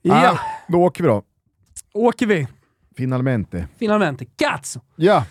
Ja. Då åker vi då. Åker vi. Finalmente. Cazzo! Ja.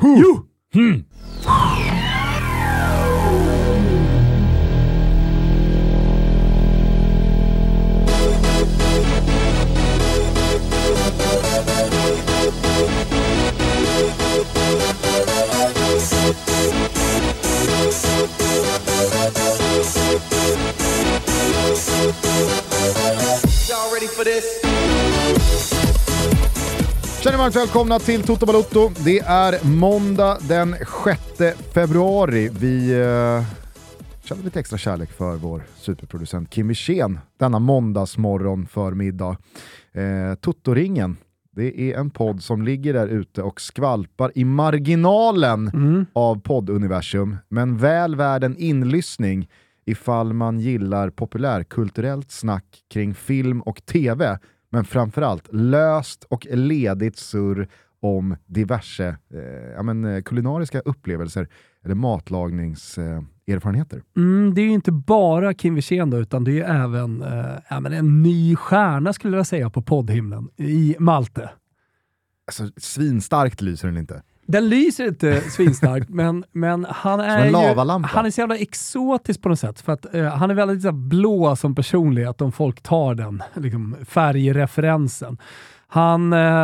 Känner varmt välkomna till Toto Balotto. Det är måndag den 6 februari. Vi känner lite extra kärlek för vår superproducent Kim Wirsén denna måndagsmorgon förmiddag. Toto-ringen. Det är en podd som ligger där ute och skvalpar i marginalen av podduniversum. Men väl värd en inlyssning ifall man gillar populärkulturellt snack kring film och tv. Men framförallt löst och ledigt surr om diverse kulinariska upplevelser eller matlagningserfarenheter. Det är ju inte bara Kim Wirsén då, utan det är även en ny stjärna skulle jag säga på poddhimlen i Malte. Alltså svinstarkt lyser den inte. Den lyser inte svinstarkt, men han är så jävla exotisk på något sätt. För att han är väldigt så blå som personlighet om folk tar den liksom, färgreferensen. Vad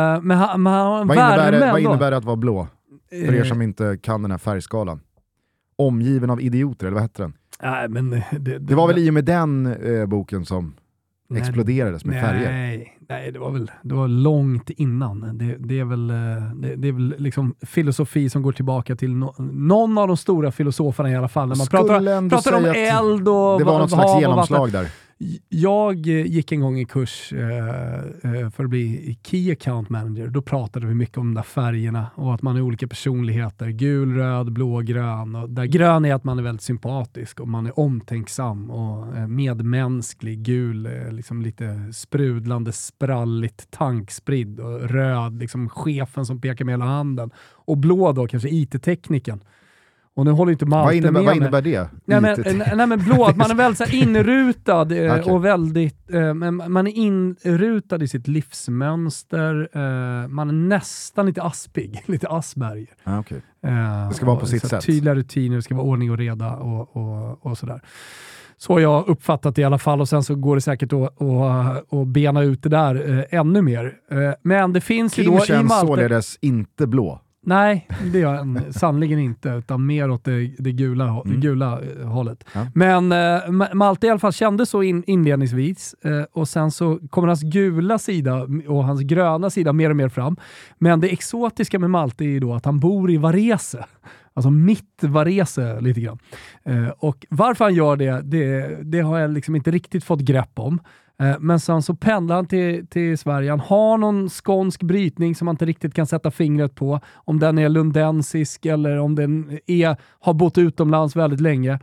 innebär det att vara blå? För er som inte kan den här färgskalan. Omgiven av idioter, eller vad heter den? Nej, men det var väl i och med den boken som exploderades med färger. Nej, det var långt innan. Det är väl liksom filosofi som går tillbaka till någon av de stora filosoferna i alla fall. När man pratar om eld och det var något slags genomslag där. Jag gick en gång i kurs för att bli Key Account Manager. Då pratade vi mycket om de där färgerna och att man är olika personligheter. Gul, röd, blå, grön. Och där grön är att man är väldigt sympatisk och man är omtänksam och medmänsklig. Gul liksom lite sprudlande, spralligt, tankspridd. Och röd, liksom chefen som pekar med hela handen. Och blå då kanske IT-tekniken. Och nu håller inte Malte med. Vad innebär det? Nej men blå, att man är väldigt så här inrutad och väldigt man är inrutad i sitt livsmönster. Man är nästan lite aspig, lite Asperger. Okay. Det ska vara på sitt sätt. Tydliga rutiner, det ska vara ordning och reda och sådär. Så jag har uppfattat det i alla fall, och sen så går det säkert att bena ut det där ännu mer. Men det finns ju då i Malte... Kim känns således inte blå. Nej, det gör han sannoliken inte, utan mer åt det gula hållet. Ja. Men Malte i alla fall kände så inledningsvis, och sen så kommer hans gula sida och hans gröna sida mer och mer fram. Men det exotiska med Malte är ju då att han bor i Varese. Alltså mitt Varese lite grann. Och varför han gör det har jag liksom inte riktigt fått grepp om. Men sen så pendlar han till Sverige. Han har någon skånsk brytning som man inte riktigt kan sätta fingret på. Om den är lundensisk eller om den har bott utomlands väldigt länge.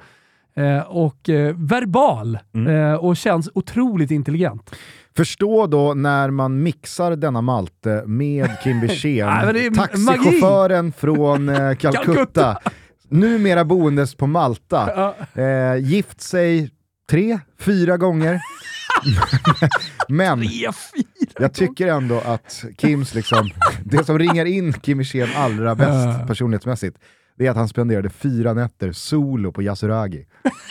Och verbal. Och känns otroligt intelligent. Förstå då när man mixar denna Malte med Kim Wirsén. Taxichauffören från Calcutta. Numera boendes på Malta. Gift sig 3-4 gånger. Men jag tycker ändå att Kims liksom, det som ringar in Kim Wirsén allra bäst personlighetsmässigt, det är att han spenderade 4 nätter solo på Yasuragi.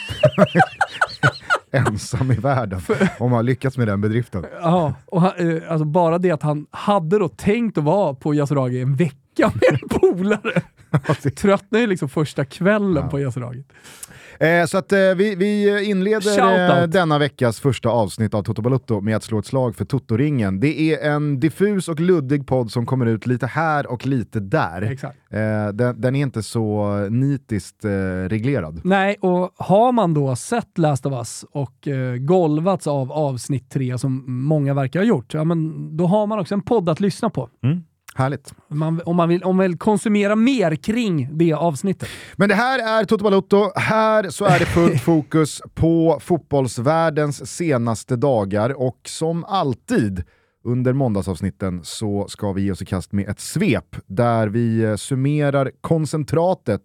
Ensam i världen, om han lyckats med den bedriften. Ja, och alltså bara det att han hade då tänkt att vara på Yasuragi en vecka med en polare. Tröttnade ju liksom första kvällen på Yasuragi. Så att vi inleder denna veckas första avsnitt av Toto Balotto med att slå ett slag för Toto-ringen. Det är en diffus och luddig podd som kommer ut lite här och lite där. Exakt. Den är inte så nitiskt reglerad. Nej, och har man då sett Last of Us och golvats av avsnitt 3 som många verkar ha gjort, ja, men då har man också en podd att lyssna på. Härligt. Om man vill konsumera mer kring det avsnittet. Men det här är Toto Balotto. Här så är det fullt fokus på fotbollsvärldens senaste dagar, och som alltid under måndagsavsnitten så ska vi ge oss i kast med ett svep där vi summerar koncentratet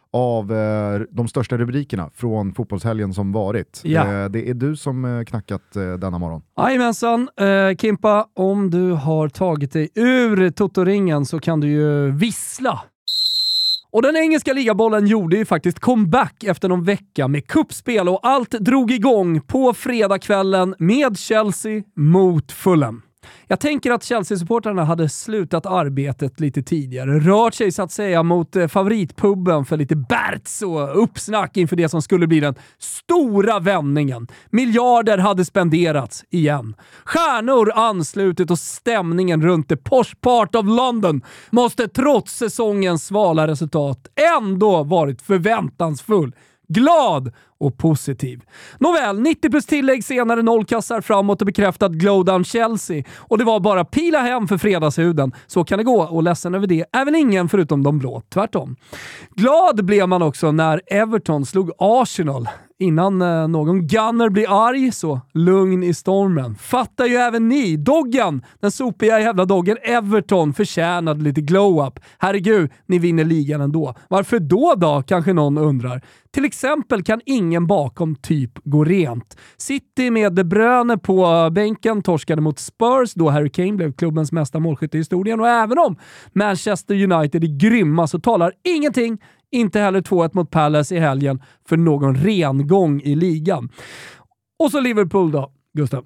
av de största rubrikerna från fotbollshelgen som varit. Ja. Det är du som knackat denna morgon. Jajamensan, Kimpa, om du har tagit dig ur Toto-ringen så kan du ju vissla. Och den engelska ligabollen gjorde ju faktiskt comeback efter någon vecka med kuppspel och allt drog igång på fredagskvällen med Chelsea mot Fulham. Jag tänker att Chelsea-supporterna hade slutat arbetet lite tidigare, rört sig så att säga mot favoritpubben för lite Berts och uppsnack inför det som skulle bli den stora vändningen. Miljarder hade spenderats igen. Stjärnor anslutit och stämningen runt the posh part of London måste trots säsongens svala resultat ändå varit förväntansfull, glad och positiv. Nåväl, 90 plus tillägg senare, 0 kassar framåt och bekräftat glowdown Chelsea. Och det var bara pila hem för fredagshuden. Så kan det gå, och ledsen över det är väl ingen förutom de blå, tvärtom. Glad blev man också när Everton slog Arsenal. Innan någon gunner blir arg, så lugn i stormen. Fattar ju även ni, doggen, den sopiga jävla doggen Everton förtjänade lite glow-up. Herregud, ni vinner ligan ändå. Varför då, kanske någon undrar. Till exempel kan ingen bakom typ gå rent. City med De Bruyne på bänken torskade mot Spurs då Harry Kane blev klubbens mesta målskytte i historien, och även om Manchester United är grymma så talar ingenting, inte heller 2-1 mot Palace i helgen, för någon rengång i ligan. Och så Liverpool då, Gustav.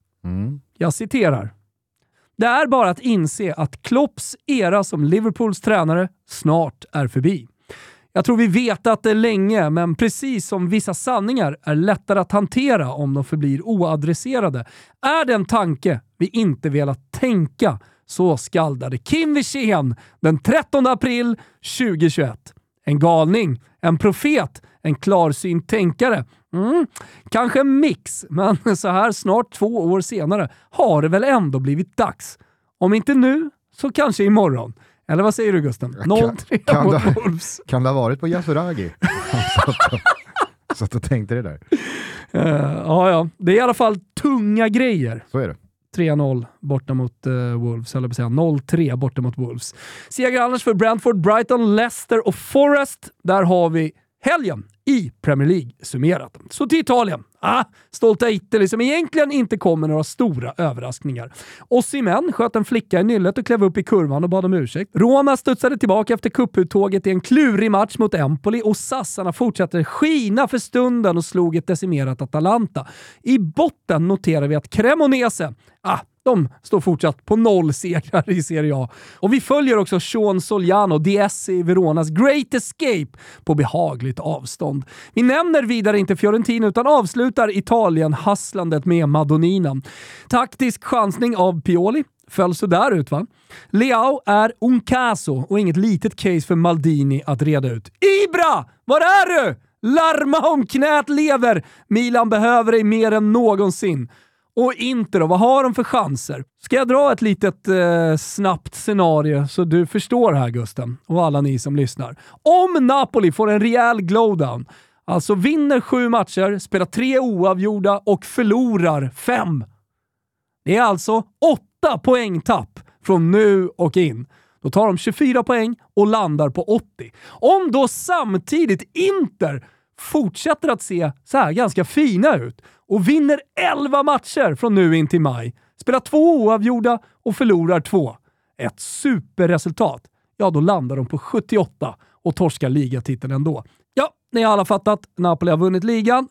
Jag citerar. Det är bara att inse att Klopps era som Liverpools tränare snart är förbi. Jag tror vi vetat det länge, men precis som vissa sanningar är lättare att hantera om de förblir oadresserade, är det en tanke vi inte velat tänka, så skaldade Kim Wirsén den 13 april 2021. En galning, en profet, en klarsynt tänkare. Kanske en mix, men så här snart 2 år senare har det väl ändå blivit dags. Om inte nu, så kanske imorgon. Eller vad säger du, Gusten? 0-3 mot Wolves. Kan det ha varit på Yasuragi? Så att du tänkte det där. Ja. Det är i alla fall tunga grejer. Så är det. 3-0 borta mot Wolves, eller på säga 0-3 borta mot Wolves. Seger annars för Brentford, Brighton, Leicester och Forest. Där har vi helgen i Premier League summerat. Så till Italien. Stolta Italy som egentligen inte kommer några stora överraskningar. Osimhen sköt en flicka i nyllet och klev upp i kurvan och bad om ursäkt. Roma studsade tillbaka efter kupputtåget i en klurig match mot Empoli, och sassarna fortsatte skina för stunden och slog ett decimerat Atalanta. I botten noterar vi att Cremonese de står fortsatt på 0 segrar i Serie A. Och vi följer också Sean Soliano, DS i Veronas Great Escape, på behagligt avstånd. Vi nämner vidare inte Fiorentina utan avslutar Italien-hasslandet med Madonnina. Taktisk chansning av Pioli. Föll så där ut, va? Leao är un caso och inget litet case för Maldini att reda ut. Ibra! Var är du? Larma om knät lever! Milan behöver dig mer än någonsin. Och Inter då, vad har de för chanser? Ska jag dra ett litet snabbt scenario så du förstår här, Gusten, och alla ni som lyssnar. Om Napoli får en rejäl glowdown, alltså vinner 7 matcher, spelar 3 oavgjorda och förlorar 5. Det är alltså 8 poängtapp från nu och in. Då tar de 24 poäng och landar på 80. Om då samtidigt Inter fortsätter att se så här ganska fina ut och vinner 11 matcher från nu in till maj, spelar 2 oavgjorda och förlorar 2. Ett superresultat. Ja, då landar de på 78 och torskar ligatiteln ändå. Ja, ni har alla fattat. Napoli har vunnit ligan.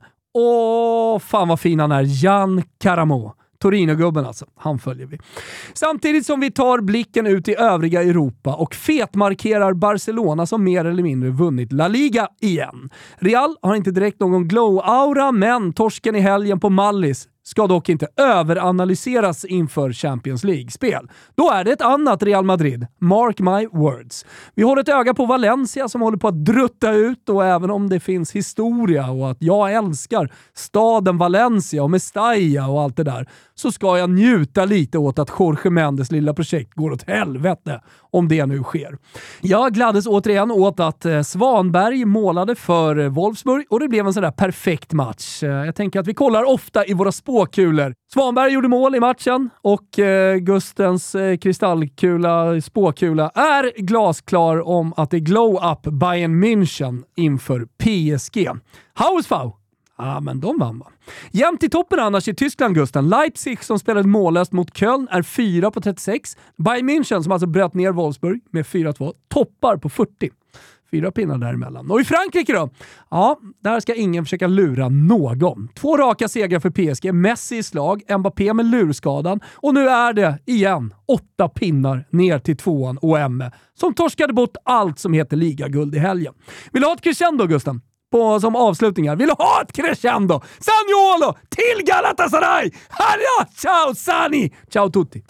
Och fan vad fin han är. Gian Caramo. Torino-gubben alltså. Han följer vi. Samtidigt som vi tar blicken ut i övriga Europa och fetmarkerar Barcelona som mer eller mindre vunnit La Liga igen. Real har inte direkt någon glow-aura, men torsken i helgen på Mallis ska dock inte överanalyseras inför Champions League-spel. Då är det ett annat Real Madrid. Mark my words. Vi håller ett öga på Valencia som håller på att drutta ut, och även om det finns historia och att jag älskar staden Valencia och Mestalla och allt det där, så ska jag njuta lite åt att Jorge Mendes lilla projekt går åt helvete om det nu sker. Jag gladdes återigen åt att Svanberg målade för Wolfsburg och det blev en sån där perfekt match. Jag tänker att vi kollar ofta i våra spåkulor. Svanberg gjorde mål i matchen och Gustens kristallkula, spåkula, är glasklar om att det glow up Bayern München inför PSG. Hausfau. Ja, men de vann va? Jämt i toppen annars i Tyskland, Gusten. Leipzig som spelade mållöst mot Köln är 4 på 36. Bayern München som alltså bröt ner Wolfsburg med 4-2 toppar på 40. 4 pinnar däremellan. Och i Frankrike då? Ja, där ska ingen försöka lura någon. 2 raka segrar för PSG, Messi i slag, Mbappé med lurskadan och nu är det igen 8 pinnar ner till 2an OM som torskade bort allt som heter ligaguld i helgen. Vill du ha ett crescendo, Gusten? Som avslutningar. Vill du ha ett crescendo? Zaniolo till Galatasaray! Hallå! Ciao Sani! Ciao tutti!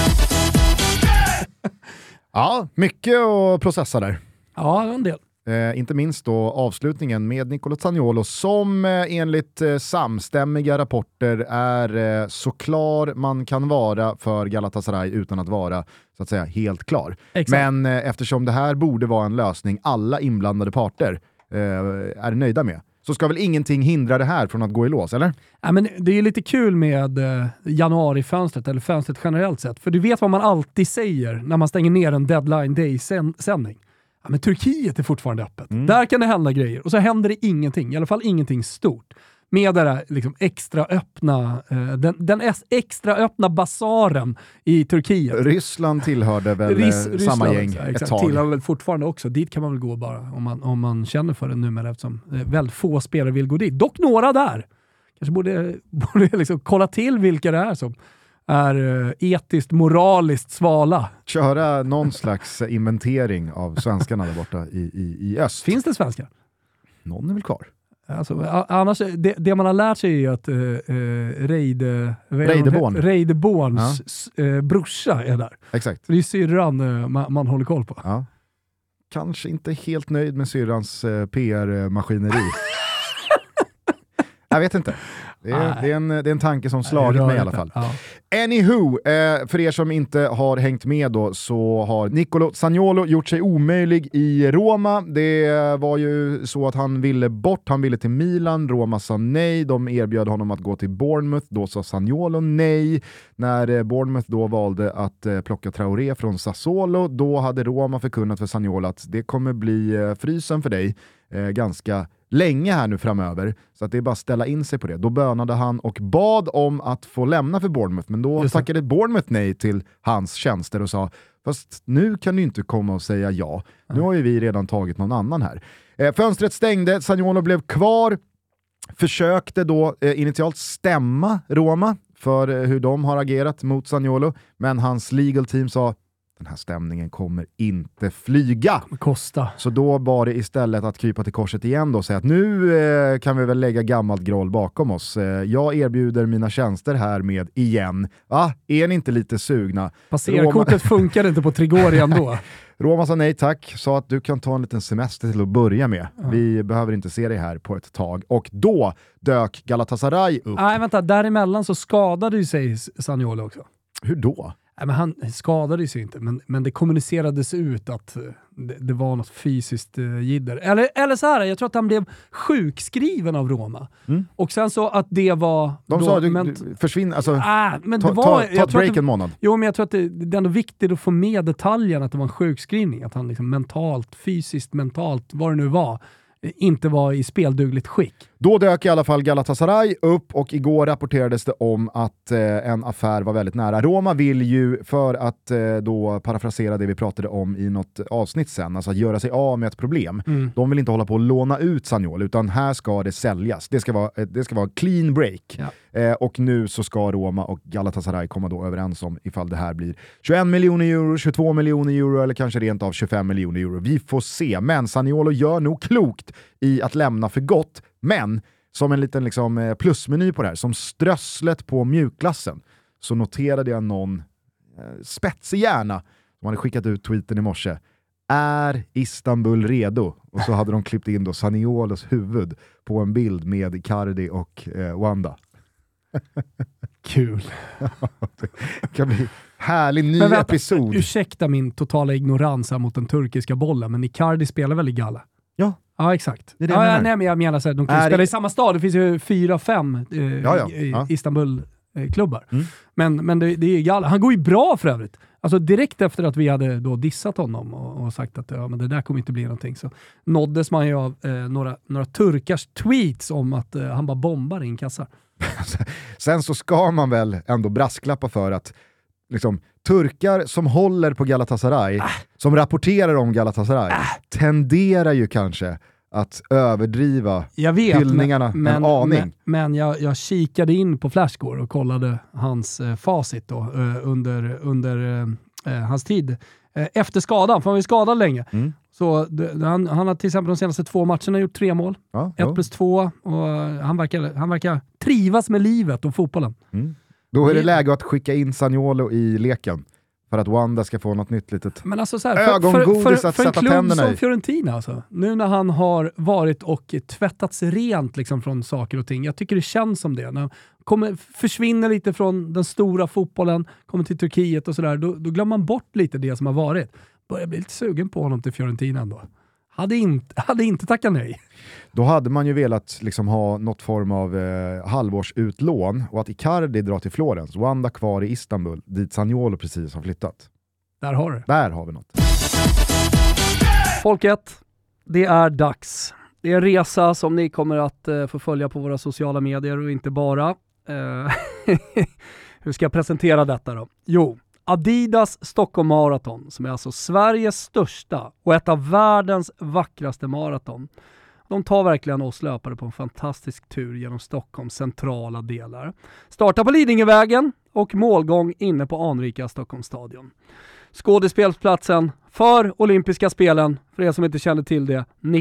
Ja, mycket att processa där. Ja, en del. Inte minst då avslutningen med Nicolo Zaniolo som enligt samstämmiga rapporter är så klar man kan vara för Galatasaray utan att vara så att säga helt klar. Exakt. Men eftersom det här borde vara en lösning alla inblandade parter är nöjda med, så ska väl ingenting hindra det här från att gå i lås, eller? Ja, men det är ju lite kul med januarifönstret, eller fönstret generellt sett. För du vet vad man alltid säger när man stänger ner en deadline day-sändning. Ja, men Turkiet är fortfarande öppet. Där kan det hända grejer. Och så händer det ingenting, i alla fall ingenting stort. Med det där liksom extra öppna, den extra öppna basaren i Turkiet. Ryssland tillhörde väl samma gäng ett tag. Tillhör väl fortfarande också. Dit kan man väl gå bara om man känner för det numera, eftersom väldigt få spelare vill gå dit. Dock några där. Kanske borde liksom kolla till vilka det är som är etiskt, moraliskt svala. Köra någon slags inventering av svenskarna där borta i öst. Finns det svenskar? Någon är väl kvar. Alltså, annars, det man har lärt sig är att Reideborns brorsa är där. Exakt. Så det är syrran man håller koll på. Ja. Kanske inte helt nöjd med syrrans PR-maskineri. Jag vet inte. Det är en tanke som slagit mig i alla fall. Ja. Anywho, för er som inte har hängt med då, så har Nicolo Zaniolo gjort sig omöjlig i Roma. Det var ju så att han ville bort, han ville till Milan, Roma sa nej, de erbjöd honom att gå till Bournemouth, då sa Zaniolo nej. När Bournemouth då valde att plocka Traoré från Sassuolo, då hade Roma förkunnat för Zaniolo att det kommer bli frysen för dig ganska länge här nu framöver, så att det är bara att ställa in sig på det. Då bönade han och bad om att få lämna för Bournemouth, men då tackade Bournemouth nej till hans tjänster och sa, fast nu kan du inte komma och säga ja. Nu har ju vi redan tagit någon annan här. Fönstret stängde, Zaniolo blev kvar, försökte då initialt stämma Roma för hur de har agerat mot Zaniolo, men hans legal team sa, den här stämningen kommer inte flyga. Kosta. Så då var det istället att krypa till korset igen då och säga att nu kan vi väl lägga gammalt groll bakom oss. Jag erbjuder mina tjänster här med igen. Är ni inte lite sugna? Passerkortet funkar inte på Trigorian då. Roma sa nej tack, sa att du kan ta en liten semester till att börja med. Vi behöver inte se dig här på ett tag. Och då dök Galatasaray upp. Nej, vänta, däremellan så skadade ju sig Zaniolo också. Hur då? Nej, men han skadade sig inte, men det kommunicerades ut att det var något fysiskt jidder. Eller så här, jag tror att han blev sjukskriven av Roma. Och sen så att det var... De sa du försvinner, alltså men ta ett break en månad. Jo, men jag tror att det är ändå viktigt att få med detaljen att det var en sjukskrivning. Att han liksom fysiskt, mentalt, vad det nu var, inte var i speldugligt skick. Då dök i alla fall Galatasaray upp och igår rapporterades det om att en affär var väldigt nära. Roma vill ju, för att då parafrasera det vi pratade om i något avsnitt sen, alltså att göra sig av med ett problem. De vill inte hålla på att låna ut Zaniolo, utan här ska det säljas. Det ska vara clean break. Ja. Och nu så ska Roma och Galatasaray komma då överens om ifall det här blir 21 miljoner euro, 22 miljoner euro eller kanske rent av 25 miljoner euro. Vi får se, men Zaniolo gör nog klokt i att lämna för gott. Men som en liten liksom plusmeny på det här, som strösslet på mjukglassen, så noterade jag någon spetsig hjärna som hade skickat ut tweeten i morse. Är Istanbul redo? Och så hade de klippt in då Zaniolos huvud på en bild med Icardi och Wanda. Kul. Det kan bli härlig ny episod. Ursäkta min totala ignorans här mot den turkiska bollen, men Icardi spelar väl i Gala? Ja, exakt. Det är det men jag menar så här, de kan spela i samma stad. Det finns ju 4-5 Istanbul-klubbar. Men det är Gala. Han går ju bra för övrigt. Alltså direkt efter att vi hade då dissat honom och sagt att men det där kommer inte bli någonting, så nåddes man ju av några turkars tweets om att han bara bombar in kassar. Sen så ska man väl ändå brasklappa för att liksom, turkar som håller på Galatasaray, som rapporterar om Galatasaray, tenderar ju kanske att överdriva hyllningarna en aning. Men jag kikade in på Flashscore och kollade hans facit då, under hans tid. Efter skadan, för han var ju skadad länge. Så han har till exempel de senaste 2 matcherna gjort 3 mål. 1+2, och han verkar trivas med livet och fotbollen. Då är det läge att skicka in Zaniolo i leken för att Wanda ska få något nytt litet ögongodis att sätta tänderna i. För en klubb som Fiorentina alltså. Nu när han har varit och tvättats rent liksom från saker och ting. Jag tycker det känns som det. När han försvinner lite från den stora fotbollen, kommer till Turkiet och sådär, då glömmer man bort lite det som har varit. Börjar bli lite sugen på honom till Fiorentina ändå. Hade inte tackat nej. Då hade man ju velat liksom ha något form av halvårsutlån, och att Icardi drar till Florens, Wanda kvar i Istanbul, dit Zaniolo precis har flyttat. Där har vi något. Folket, det är dags. Det är en resa som ni kommer att få följa på våra sociala medier, och inte bara. Hur ska jag presentera detta då? Jo, Adidas Stockholm Marathon, som är alltså Sveriges största och ett av världens vackraste maraton. De tar verkligen oss löpare på en fantastisk tur genom Stockholms centrala delar. Starta på Lidingövägen och målgång inne på anrika Stockholmsstadion. Skådespelsplatsen för olympiska spelen, för er som inte känner till det,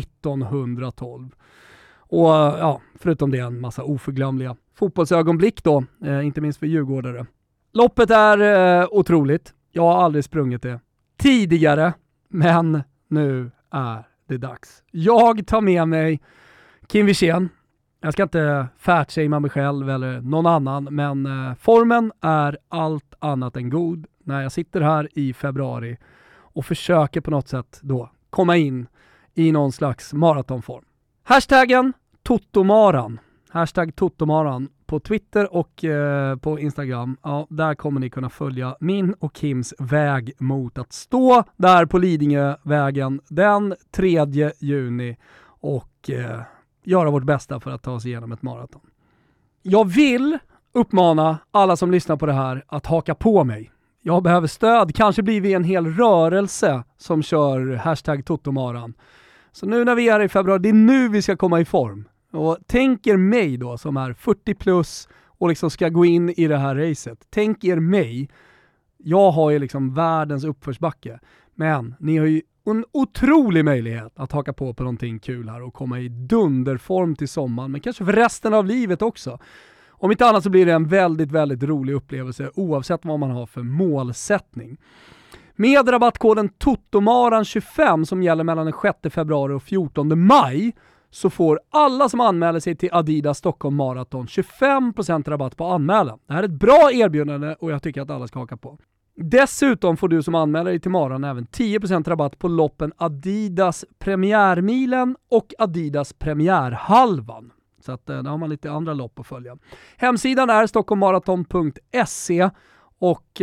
1912. Och förutom det en massa oförglömliga fotbollsögonblick då, inte minst för djurgårdare. Loppet är otroligt. Jag har aldrig sprungit det tidigare, men nu är det dags. Jag tar med mig Kim Wirsén. Jag ska inte fatshamea mig själv eller någon annan, men formen är allt annat än god när jag sitter här i februari och försöker på något sätt då komma in i någon slags maratonform. Hashtaggen Totomaran. Hashtag Totomaran på Twitter och på Instagram. Ja, där kommer ni kunna följa min och Kims väg mot att stå där på Lidingövägen den 3 juni och göra vårt bästa för att ta oss igenom ett maraton. Jag vill uppmana alla som lyssnar på det här att haka på mig. Jag behöver stöd. Kanske blir vi en hel rörelse som kör hashtag Totomaran. Så nu när vi är i februari, det är nu vi ska komma i form. Och tänk er mig då som är 40 plus och liksom ska gå in i det här racet. Tänk er mig. Jag har ju liksom världens uppförsbacke. Men ni har ju en otrolig möjlighet att haka på någonting kul här och komma i dunderform till sommaren. Men kanske för resten av livet också. Om inte annat så blir det en väldigt, väldigt rolig upplevelse oavsett vad man har för målsättning. Med rabattkoden TOTOMARAN25 som gäller mellan den 6 februari och 14 maj så får alla som anmäler sig till Adidas Stockholm Marathon 25% rabatt på anmälan. Det här är ett bra erbjudande och jag tycker att alla ska haka på. Dessutom får du som anmäler dig till Maran även 10% rabatt på loppen Adidas Premiärmilen och Adidas Premiärhalvan. Så att där har man lite andra lopp att följa. Hemsidan är stockholmmaraton.se och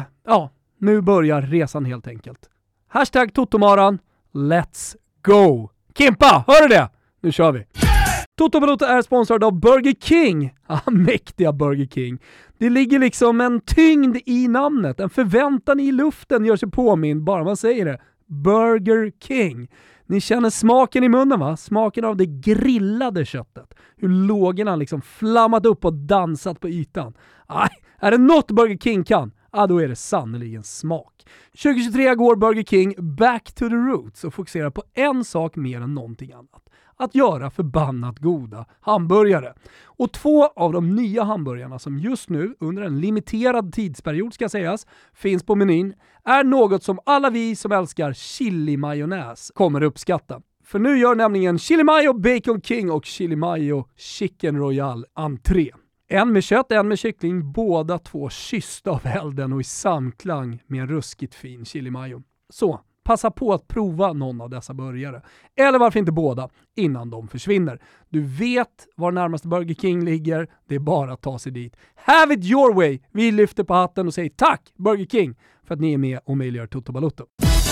nu börjar resan helt enkelt. Hashtag Totomaran, let's go! Kimpa, hör du det? Nu kör vi! Toto Balotto är sponsrad av Burger King. Mäktiga Burger King. Det ligger liksom en tyngd i namnet. En förväntan i luften gör sig påmind bara man säger det. Burger King. Ni känner smaken i munnen va? Smaken av det grillade köttet. Hur lågorna liksom flammat upp och dansat på ytan. Är det något Burger King kan? Då är det sannoliken smak. 2023 går Burger King back to the roots och fokuserar på en sak mer än någonting annat. Att göra förbannat goda hamburgare. Och 2 av de nya hamburgarna som just nu under en limiterad tidsperiod ska sägas finns på menyn är något som alla vi som älskar chili majonnäs kommer uppskatta. För nu gör nämligen Chili Mayo Bacon King och Chili Mayo Chicken Royale entré. En med kött, en med kyckling, båda två kyssta av elden och i samklang med en ruskigt fin chili mayo. Så, passa på att prova någon av dessa burgare. Eller varför inte båda, innan de försvinner. Du vet var närmaste Burger King ligger, det är bara att ta sig dit. Have it your way! Vi lyfter på hatten och säger tack Burger King för att ni är med och möjliggör Toto Balotto.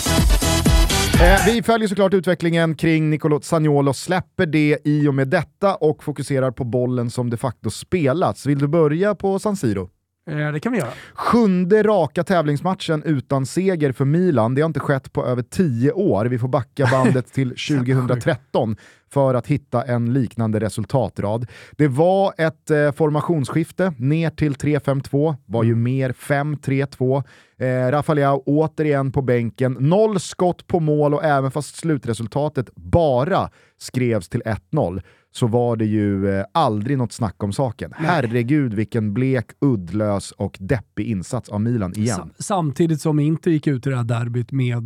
Vi följer såklart utvecklingen kring Nicolo Zaniolo, släpper det i och med detta och fokuserar på bollen som de facto spelats. Vill du börja på San Siro? Det kan vi göra. 7:e raka tävlingsmatchen utan seger för Milan. Det har inte skett på över 10 år. Vi får backa bandet till 2013 för att hitta en liknande resultatrad. Det var ett formationsskifte ner till 3-5-2, var ju mer 5-3-2. Rafa Leao återigen på bänken, 0 skott på mål och även fast slutresultatet bara skrevs till 1-0 så var det ju aldrig något snack om saken. Nej. Herregud vilken blek, uddlös och deppig insats av Milan igen. Samtidigt som Inter gick ut i det här derbyt med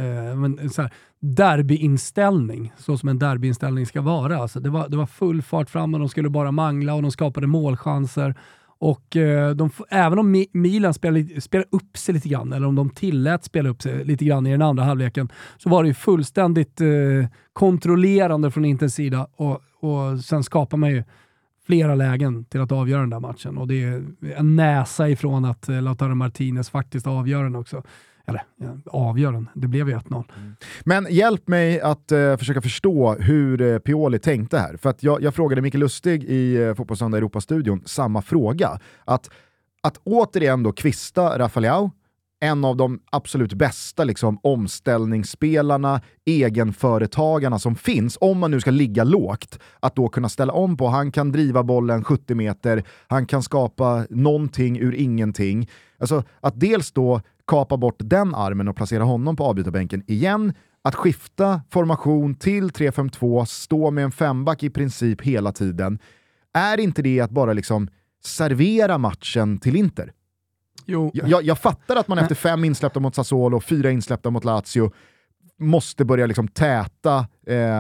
så här, derbyinställning, så som en derbyinställning ska vara. Alltså det var full fart fram och de skulle bara mangla och de skapade målchanser. Och även om Milan spelade upp sig lite grann, eller om de tillät spela upp sig lite grann i den andra halvleken, så var det ju fullständigt kontrollerande från Inters sida och sen skapar man ju flera lägen till att avgöra den där matchen. Och det är en näsa ifrån att Lautaro Martinez faktiskt avgör den också. Eller avgör den. Det blev ju 1-0. Men hjälp mig att försöka förstå hur Pioli tänkte här. För att jag frågade Micke Lustig i Fotbollssöndag Europa-studion samma fråga. Att återigen då kvista Rafa Leao, en av de absolut bästa liksom, omställningsspelarna, egenföretagarna som finns, om man nu ska ligga lågt, att då kunna ställa om på. Han kan driva bollen 70 meter, han kan skapa någonting ur ingenting. Alltså att dels då kapa bort den armen och placera honom på avbytarbänken igen, att skifta formation till 3-5-2, stå med en femback i princip hela tiden. Är inte det att bara liksom servera matchen till Inter? Jo. Jag fattar att man efter 5 insläppta mot Sassuolo och 4 insläppta mot Lazio måste börja liksom täta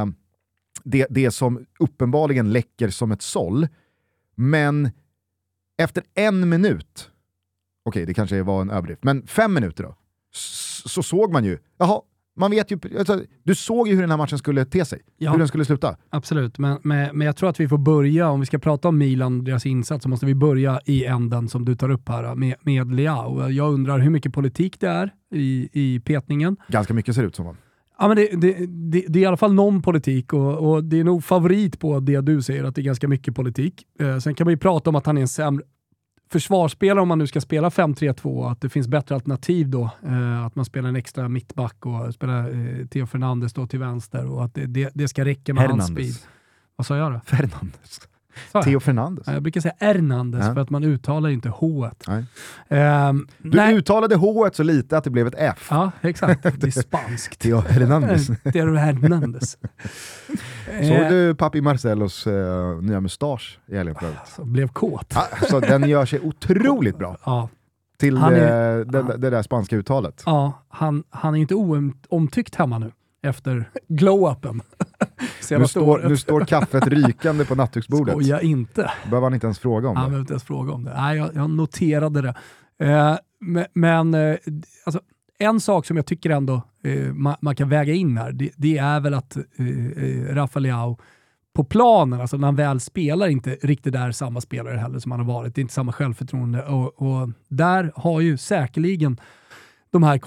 det som uppenbarligen läcker som ett såll. Men efter 1 minut, okej, det kanske var en överdrift, men 5 minuter då, så såg man ju, man vet ju, alltså, du såg ju hur den här matchen skulle te sig, hur den skulle sluta. Absolut, men jag tror att vi får börja, om vi ska prata om Milan och deras insats, så måste vi börja i änden som du tar upp här med Leao. Jag undrar hur mycket politik det är i petningen. Ganska mycket ser det ut som. Ja, men det är i alla fall någon politik och det är nog favorit på det du säger, att det är ganska mycket politik. Sen kan man ju prata om att han är en sämre försvarsspelare om man nu ska spela 5-3-2, att det finns bättre alternativ då, att man spelar en extra mittback och spelar Theo Fernandes då till vänster och att det ska räcka med hans speed. Vad sa jag då? Fernandes. Theo Fernandes. Jag brukar säga Hernandez för att man uttalar inte H-et. Du uttalade H-et så lite att det blev ett F. Ja, exakt. Det är spanskt. Theo Hernandez. Theo Hernandez. Såg du Papi Marcelos nya mustasch i helgen förut? Alltså, blev kåt. Så den gör sig otroligt bra. Ja. Till det där spanska uttalet. Ja, han är inte omtyckt hemma nu. Efter glow-upen. Nu står kaffet rykande på nattduksbordet. Skoja inte. Behöver han inte ens fråga om det? Han behöver inte ens fråga om det. Nej, jag noterade det. Men alltså, en sak som jag tycker ändå man kan väga in här, det är väl att Rafa Leao på planen, alltså när han väl spelar, inte riktigt där samma spelare heller som han har varit. Det är inte samma självförtroende. Och där har ju säkerligen de här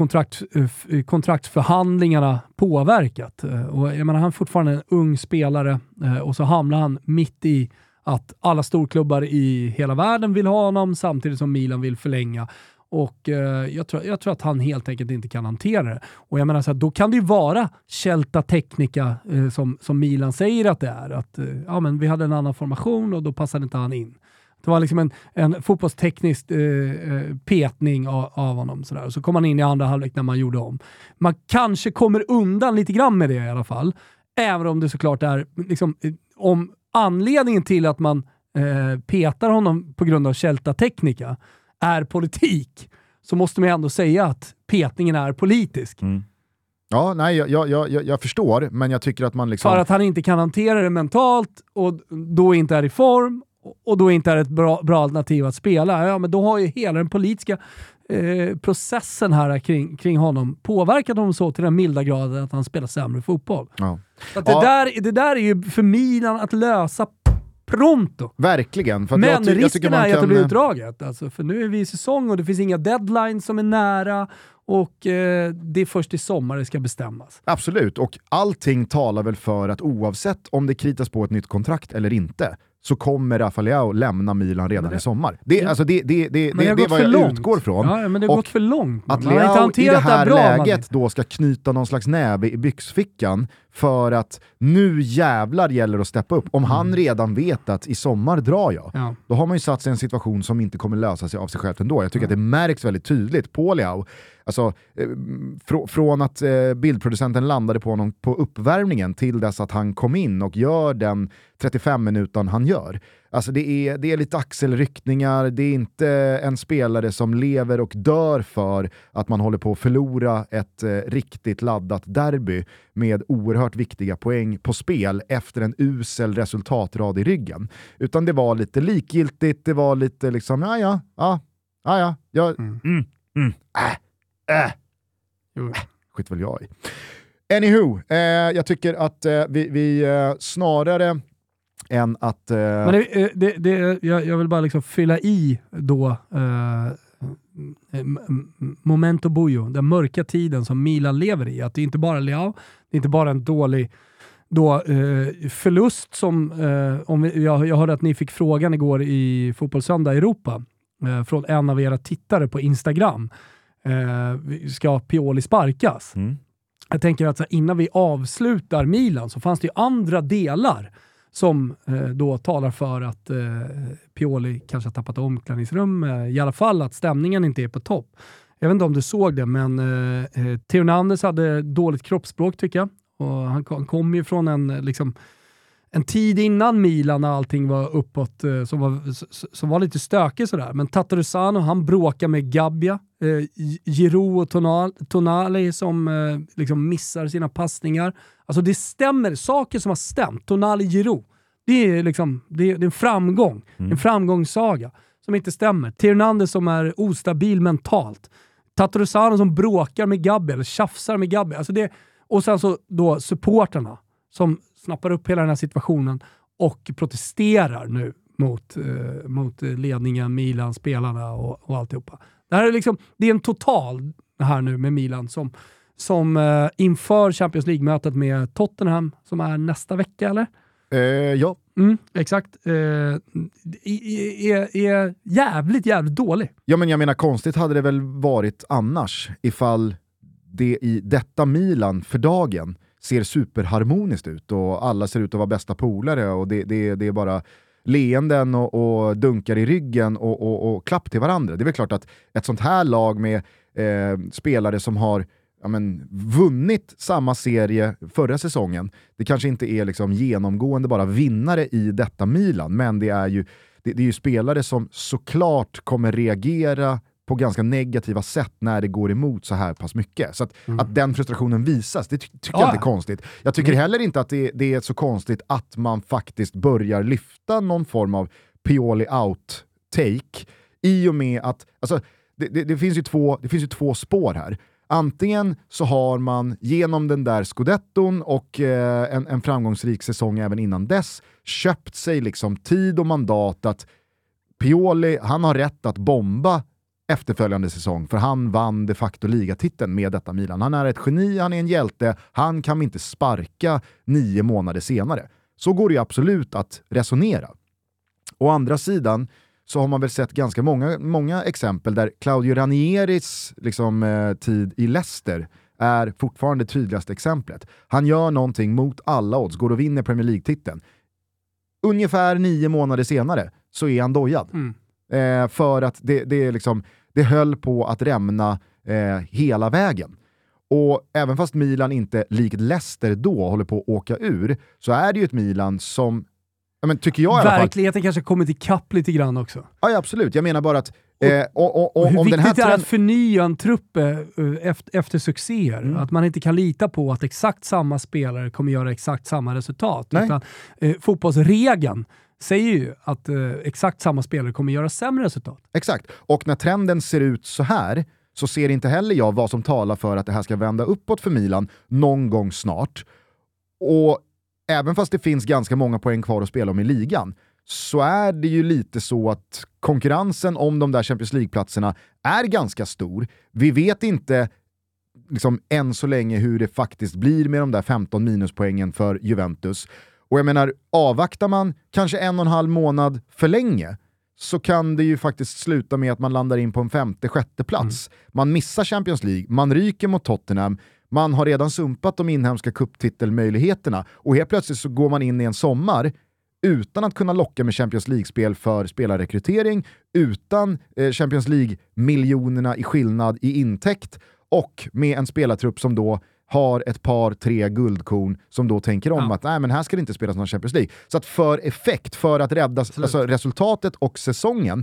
kontraktsförhandlingarna påverkat. Och jag menar, han är fortfarande en ung spelare och så hamnar han mitt i att alla storklubbar i hela världen vill ha honom samtidigt som Milan vill förlänga. Och jag tror att han helt enkelt inte kan hantera det. Och jag menar så här, då kan det ju vara Scelta Tecnica som Milan säger att det är. Att men vi hade en annan formation och då passade inte han in. Det var liksom en fotbollsteknisk petning av honom. Sådär. Och så kom han in i andra halvlek när man gjorde om. Man kanske kommer undan lite grann med det i alla fall. Även om det såklart är liksom, om anledningen till att man petar honom på grund av Scelta Tecnica är politik, så måste man ändå säga att petningen är politisk. Mm. Ja, nej, jag förstår, men jag tycker att man liksom... För att han inte kan hantera det mentalt och då inte är i form och då inte är ett bra alternativ att spela, ja, men då har ju hela den politiska processen här kring honom påverkat honom så till den milda graden att han spelar sämre fotboll. Ja. Så att det där är ju för Milan att lösa pronto. Verkligen. För men risken är att det blir utdraget. Alltså, för nu är vi i säsong och det finns inga deadlines som är nära och det är först i sommar det ska bestämmas. Absolut, och allting talar väl för att oavsett om det kritas på ett nytt kontrakt eller inte så kommer Rafa Leao lämna Milan redan i sommar. Det är vad jag utgår från. Ja, men det har gått för långt. Att Leao i det här läget då ska knyta någon slags näve i byxfickan för att nu jävlar gäller att steppa upp. Om han redan vet att i sommar drar jag, då har man ju satt sig i en situation som inte kommer lösa sig av sig själv ändå. Jag tycker att det märks väldigt tydligt på Leao. Alltså, från att bildproducenten landade på honom på uppvärmningen till dess att han kom in och gör den 35 minuter han gör. Alltså det är lite axelryckningar, det är inte en spelare som lever och dör för att man håller på att förlora ett riktigt laddat derby med oerhört viktiga poäng på spel efter en usel resultatrad i ryggen. Utan det var lite likgiltigt, det var lite liksom, skit väl jag i. Anywho, jag tycker att vi snarare än att... Men jag vill bara liksom fylla i då momento buio, den mörka tiden som Milan lever i. Att det är inte bara Leao, det är inte bara en dålig förlust som... jag hörde att ni fick frågan igår i Fotbollssöndag Europa från en av era tittare på Instagram. Ska Pioli sparkas? Jag tänker att innan vi avslutar Milan så fanns det ju andra delar som då talar för att Pioli kanske har tappat omklädningsrum, i alla fall att stämningen inte är på topp. Jag vet inte om du såg det, men Theo Hernandez hade dåligt kroppsspråk tycker jag, och han kom ju från en tid innan Milan när allting var uppåt som var lite stökig sådär. Men Tatarusano, han bråkar med Gabbia. Giroud och Tonali som missar sina passningar. Alltså det stämmer, saker som har stämt. Tonali, Giroud. Det är en framgång. En framgångssaga som inte stämmer. Hernandez som är ostabil mentalt. Tatarusano som bråkar med Gabbia eller tjafsar med Gabbia. Alltså och sen så då supporterna som snappar upp hela den här situationen och protesterar nu mot ledningen, Milan, spelarna och alltihopa. Det här är det är en total här nu med Milan som inför Champions League-mötet med Tottenham som är nästa vecka, eller? Ja. Exakt. Är jävligt dålig. Ja, men jag menar, konstigt hade det väl varit annars ifall det i detta Milan för dagen ser superharmoniskt ut och alla ser ut att vara bästa polare och det är bara leenden och dunkar i ryggen och klapp till varandra. Det är väl klart att ett sånt här lag med spelare som har vunnit samma serie förra säsongen, det kanske inte är genomgående bara vinnare i detta Milan, men det är ju spelare som såklart kommer reagera på ganska negativa sätt när det går emot så här pass mycket. Så att den frustrationen visas, det tycker jag inte är konstigt. Jag tycker heller inte att det är så konstigt att man faktiskt börjar lyfta någon form av Pioli out-take i och med att det finns ju två spår här. Antingen så har man genom den där Scudetton och en framgångsrik säsong även innan dess köpt sig tid och mandat att Pioli, han har rätt att bomba efterföljande säsong, för han vann de facto ligatiteln med detta Milan. Han är ett geni, han är en hjälte, han kan inte sparka 9 månader senare. Så går det ju absolut att resonera. Å andra sidan så har man väl sett ganska många exempel där Claudio Ranieris tid i Leicester är fortfarande det tydligaste exemplet. Han gör någonting mot alla odds, går och vinner Premier League-titeln. Ungefär 9 månader senare så är han dojad. För att det höll på att rämna hela vägen. Och även fast Milan inte likt Leicester då håller på att åka ur, så är det ju ett Milan som, tycker jag i alla fall, verkligheten kanske kommit i kapp lite grann också. Ja, absolut. Jag menar bara att hur om viktigt det är att förnya en trupp efter succéer. Att man inte kan lita på att exakt samma spelare kommer göra exakt samma resultat. Utan fotbollsregeln säger ju att exakt samma spelare kommer göra sämre resultat. Exakt, och när trenden ser ut så här så ser inte heller jag vad som talar för att det här ska vända uppåt för Milan någon gång snart. Och även fast det finns ganska många poäng kvar att spela om i ligan så är det ju lite så att konkurrensen om de där Champions League-platserna är ganska stor. Vi vet inte liksom än så länge hur det faktiskt blir med de där 15 minuspoängen för Juventus. Och jag menar, avvaktar man kanske 1,5 månad för länge så kan det ju faktiskt sluta med att man landar in på en 5:e-6:e plats. Man missar Champions League, man ryker mot Tottenham, man har redan sumpat de inhemska cuptitelmöjligheterna och helt plötsligt så går man in i en sommar utan att kunna locka med Champions League-spel för spelarrekrytering, utan Champions League-miljonerna i skillnad i intäkt och med en spelartrupp som då har ett par, 3 guldkorn som då tänker om att nej, men här ska det inte spelas någon Champions League. Så att för effekt, för att rädda alltså, resultatet och säsongen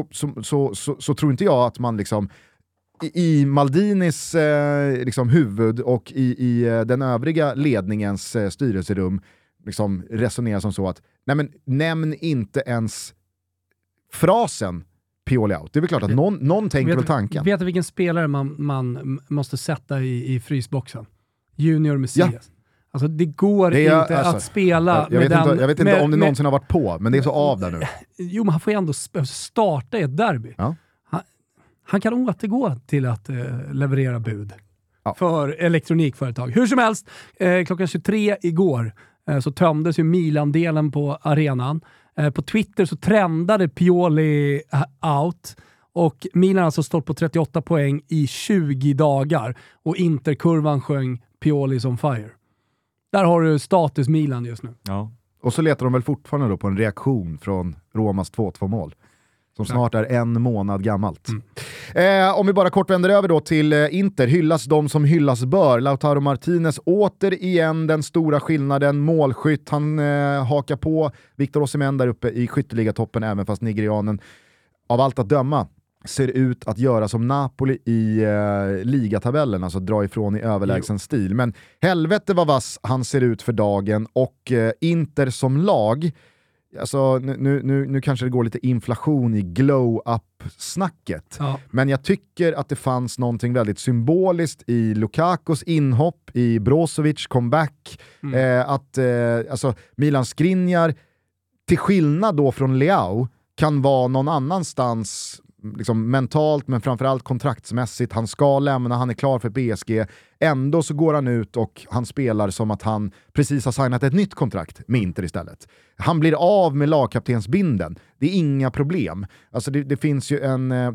så tror inte jag att man liksom i Maldinis liksom huvud och i den övriga ledningens styrelserum liksom resonerar som så att nej, men nämn inte ens frasen Pioli out. Det är väl klart att någon tänker på tanken. Vet du vilken spelare man måste sätta i frysboxen? Junior Messias. Ja. Alltså det går inte att spela jag vet inte om det någonsin har varit på, men det är så av där nu. Jo, men han får ju ändå starta i ett derby. Ja. Han kan återgå till att leverera bud för elektronikföretag. Hur som helst, klockan 23 igår så tömdes ju Milan-delen på arenan. På Twitter så trendade Pioli out och Milan alltså stått på 38 poäng i 20 dagar och Interkurvan sjöng Pioli's on fire. Där har du status Milan just nu. Ja. Och så letar de väl fortfarande då på en reaktion från Romas 2-2-mål som snart är 1 månad gammalt. Om vi bara kort vänder över då till Inter, hyllas de som hyllas bör. Lautaro Martinez återigen den stora skillnaden, målskytt. Han hakar på Victor Osimhen där uppe i skytteligatoppen, även fast nigerianen av allt att döma ser ut att göra som Napoli i ligatabellen, alltså dra ifrån i överlägsen stil. Men helvete vad vass han ser ut för dagen, och Inter som lag, alltså nu kanske det går lite inflation i glow-up-snacket. Ja. Men jag tycker att det fanns någonting väldigt symboliskt i Lukakos inhopp, i Brozovic comeback, alltså Milan Skriniar, till skillnad då från Leao, kan vara någon annanstans liksom mentalt, men framförallt kontraktsmässigt. Han ska lämna, han är klar för PSG. Ändå så går han ut och han spelar som att han precis har signat ett nytt kontrakt med Inter istället. Han blir av med lagkaptensbinden. Det är inga problem. Alltså det finns ju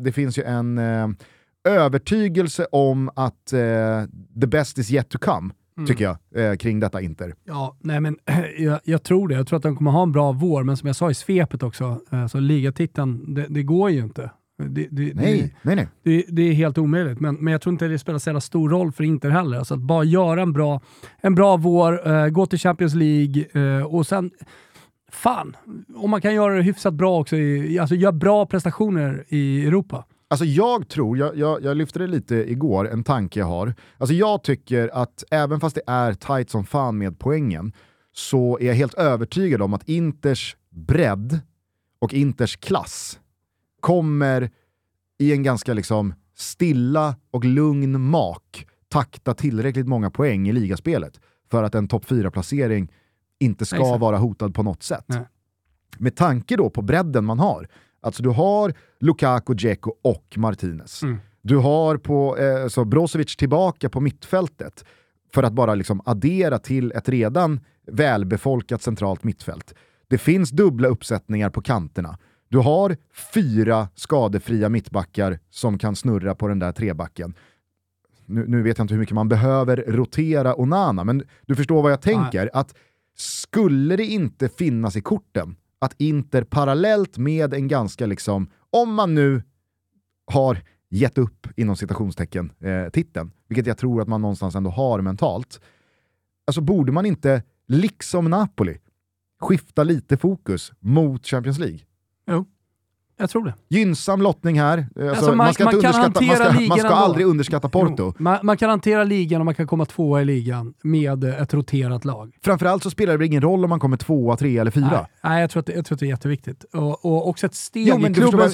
en övertygelse om att the best is yet to come, tycker jag, kring detta Inter. Ja, nej men jag tror det. Jag tror att de kommer ha en bra vår, men som jag sa i svepet också, så ligatiteln, det går ju inte. Nej. Det är helt omöjligt, men jag tror inte det spelar så stor roll för Inter heller. Alltså att bara göra en bra vår, gå till Champions League och sen fan, om man kan göra det hyfsat bra också, alltså göra bra prestationer i Europa. Alltså jag tror, jag lyfte det lite igår, en tanke jag har. Alltså jag tycker att även fast det är tight som fan med poängen, så är jag helt övertygad om att Inters bredd och Inters klass kommer i en ganska liksom stilla och lugn mak takta tillräckligt många poäng i ligaspelet för att en topp 4-placering inte ska vara hotad på något sätt. Nej. Med tanke då på bredden man har. Alltså du har Lukaku, Dzeko och Martinez. Du har så Brozovic tillbaka på mittfältet för att bara liksom addera till ett redan välbefolkat centralt mittfält. Det finns dubbla uppsättningar på kanterna. Du har 4 skadefria mittbackar som kan snurra på den där trebacken. Nu vet jag inte hur mycket man behöver rotera Onana, men du förstår vad jag tänker. Att skulle det inte finnas i korten att Inter parallellt med en ganska liksom, om man nu har gett upp inom citationstecken titeln, vilket jag tror att man någonstans ändå har mentalt, alltså borde man inte liksom Napoli skifta lite fokus mot Champions League? Jag tror det. Gynnsam lottning här. Alltså man ska aldrig underskatta Porto. Man kan hantera ligan och man kan komma 2 i ligan med ett roterat lag. Framförallt så spelar det ingen roll om man kommer 2, 3 eller 4. Nej, jag tror att det är jätteviktigt. Och också ett steg i klubben.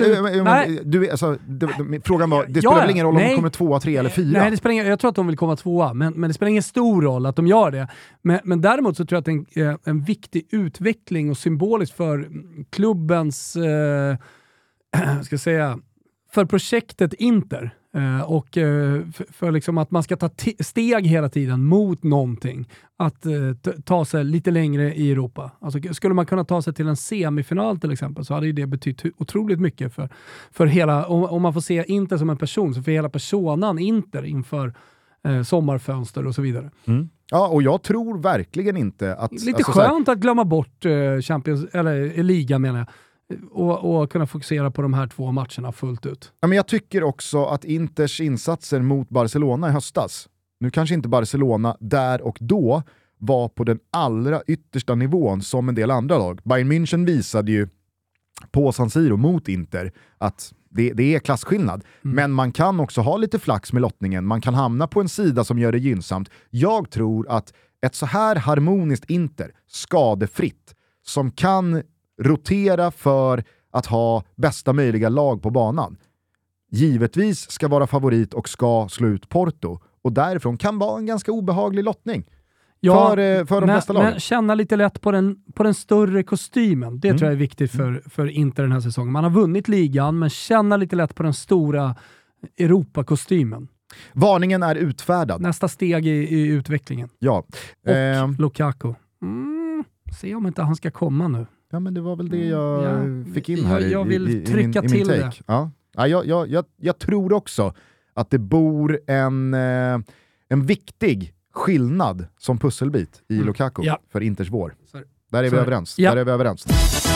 Frågan var, det spelar väl ingen roll om man kommer 2, 3 eller 4? Nej, jag tror att de vill komma 2, men det spelar ingen stor roll att de gör det. Men däremot så tror jag att det är en viktig utveckling och symboliskt för klubbens ska säga, för projektet Inter och för liksom att man ska ta steg hela tiden mot någonting, att ta sig lite längre i Europa. Alltså, skulle man kunna ta sig till en semifinal till exempel, så hade ju det betytt otroligt mycket för hela, om man får se Inter som en person, så för hela personan Inter inför sommarfönster och så vidare. Ja, och jag tror verkligen inte att... Lite skönt att glömma bort Champions, eller liga menar jag. Och kunna fokusera på de här 2 matcherna fullt ut. Ja, men jag tycker också att Inters insatser mot Barcelona i höstas, nu kanske inte Barcelona där och då var på den allra yttersta nivån som en del andra lag. Bayern München visade ju på San Siro mot Inter att det är klasskillnad. Men man kan också ha lite flax med lottningen. Man kan hamna på en sida som gör det gynnsamt. Jag tror att ett så här harmoniskt Inter, skadefritt, som kan rotera för att ha bästa möjliga lag på banan, givetvis ska vara favorit och ska slå ut Porto. Och därifrån kan vara en ganska obehaglig lottning för de bästa lagen. Men känna lite lätt på den större kostymen. Det tror jag är viktigt för Inter den här säsongen. Man har vunnit ligan, men känna lite lätt på den stora Europa-kostymen. Varningen är utfärdad. Nästa steg i utvecklingen. Ja. Och Lukaku. Se om inte han ska komma nu. Ja, men det var väl det jag fick in här jag vill trycka i till min det. Ja, jag tror också att det bor en viktig skillnad som pusselbit i Lukaku för Inters vår. Där är vi överens. Ja. Där är vi överens.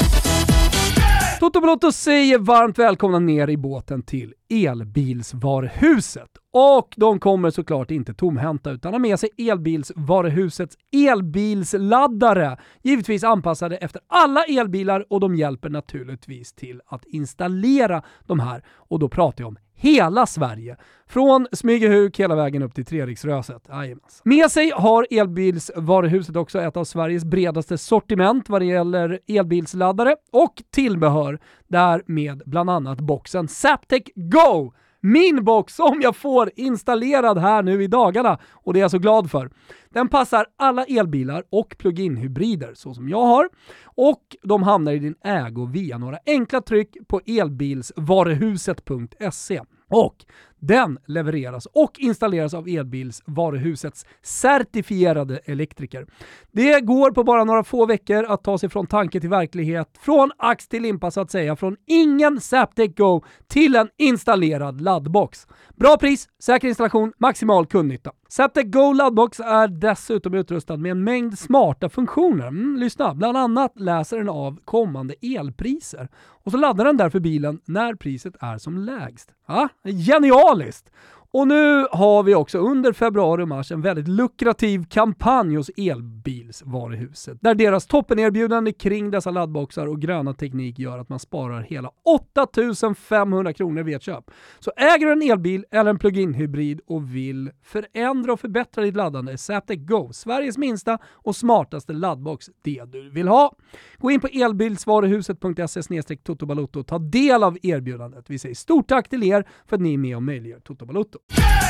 Toto Balotto säger varmt välkomna ner i båten till Elbilsvaruhuset. Och de kommer såklart inte tomhänta utan har med sig Elbilsvaruhusets elbilsladdare. Givetvis anpassade efter alla elbilar, och de hjälper naturligtvis till att installera de här. Och då pratar jag om hela Sverige. Från Smygehuk hela vägen upp till Treriksröset. Med sig har Elbilsvaruhuset också ett av Sveriges bredaste sortiment vad det gäller elbilsladdare och tillbehör. Där med bland annat boxen Zaptec Go. Min box som jag får installerad här nu i dagarna, och det är jag så glad för. Den passar alla elbilar och plug-in-hybrider så som jag har, och de hamnar i din ägo via några enkla tryck på elbilsvaruhuset.se. Och den levereras och installeras av Elbilsvaruhusets certifierade elektriker. Det går på bara några få veckor att ta sig från tanke till verklighet, från ax till limpa så att säga, från ingen Zaptec Go till en installerad laddbox. Bra pris, säker installation, maximal kundnytta. Zaptec Go laddbox är dessutom utrustad med en mängd smarta funktioner. Lyssna, bland annat läser den av kommande elpriser. Och så laddar den därför bilen när priset är som lägst. Ja, genialiskt! Och nu har vi också under februari och mars en väldigt lukrativ kampanj hos Elbilsvaruhuset. Där deras toppenerbjudande kring dessa laddboxar och gröna teknik gör att man sparar hela 8 500 kronor vid ett köp. Så äger du en elbil eller en plug-in hybrid och vill förändra och förbättra ditt laddande, är Zaptec Go Sveriges minsta och smartaste laddbox det du vill ha. Gå in på elbilsvaruhuset.se/Toto Balotto och ta del av erbjudandet. Vi säger stort tack till er för att ni är med och möjliggör Toto Balotto.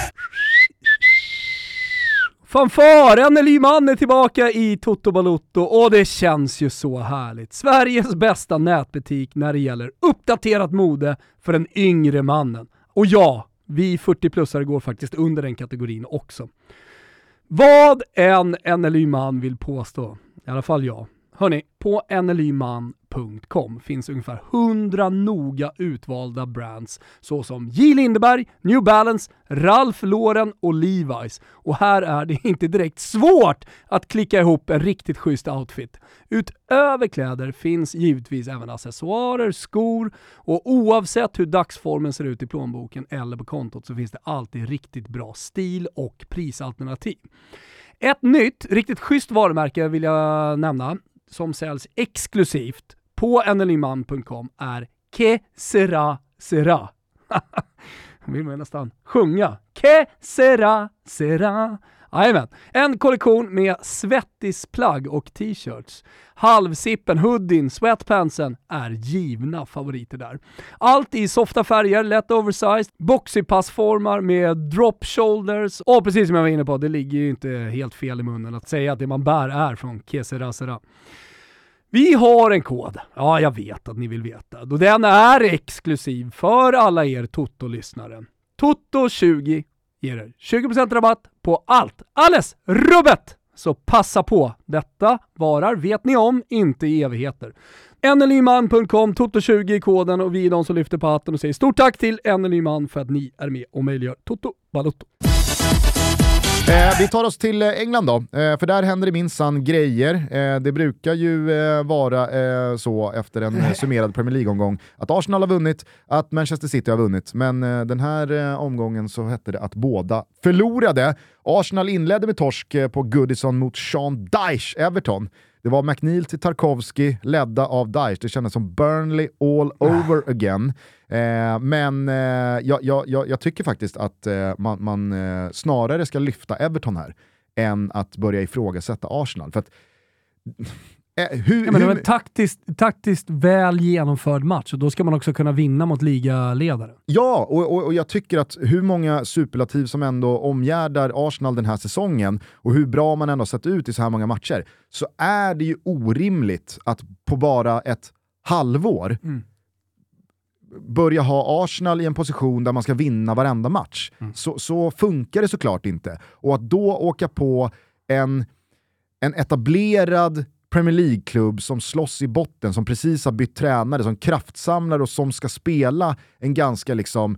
Fanfaren Lyman är tillbaka i Toto Balotto och det känns ju så härligt. Sveriges bästa nätbutik när det gäller uppdaterat mode för den yngre mannen. Och ja, vi 40-plussare går faktiskt under den kategorin också. Vad en Lyman vill påstå, i alla fall jag. Hörrni, på nlyman.com finns ungefär 100 noga utvalda brands såsom J. Lindeberg, New Balance, Ralph Lauren och Levi's. Och här är det inte direkt svårt att klicka ihop en riktigt schysst outfit. Utöver kläder finns givetvis även accessoarer, skor, och oavsett hur dagsformen ser ut i plånboken eller på kontot så finns det alltid riktigt bra stil och prisalternativ. Ett nytt, riktigt schysst varumärke vill jag nämna som säljs exklusivt på nlyman.com är Que sera, sera. Vill man nästan sjunga. Que sera, sera. Jajamän. En kollektion med svettisplagg och t-shirts. Halvsippen, hoodien, sweatpantsen är givna favoriter där. Allt i softa färger, lätt oversized, boxypassformar med drop shoulders. Och precis som jag var inne på, det ligger ju inte helt fel i munnen att säga att det man bär är från Kesera. Vi har en kod. Ja, jag vet att ni vill veta. Då den är exklusiv för alla er Toto-lyssnare. Toto20 ger er 20% rabatt på allt. Alles rubbet! Så passa på. Detta varar, vet ni om, inte i evigheter. NLYman.com, Toto20 i koden och vi är de som lyfter på hatten och säger stort tack till NLYman för att ni är med och möjliggör Toto Balotto. Vi tar oss till England då, för där händer det minsann grejer. Det brukar ju vara så efter en summerad Premier League-omgång att Arsenal har vunnit, att Manchester City har vunnit. Men den här omgången så hette det att båda förlorade. Arsenal inledde med torsk på Goodison mot Sean Dyche, Everton. Det var McNeil till Tarkovsky, ledda av Dyche. Det kändes som Burnley all over again. Men jag tycker faktiskt att man snarare ska lyfta Everton här än att börja ifrågasätta Arsenal. För att, det var en taktiskt väl genomförd match och då ska man också kunna vinna mot ligaledare. Ja, och jag tycker att hur många superlativ som ändå omgärdar Arsenal den här säsongen och hur bra man ändå sett ut i så här många matcher, så är det ju orimligt att på bara ett halvår börja ha Arsenal i en position där man ska vinna varenda match. Så funkar det såklart inte. Och att då åka på en etablerad Premier League-klubb som slåss i botten, som precis har bytt tränare, som kraftsamlar och som ska spela en ganska liksom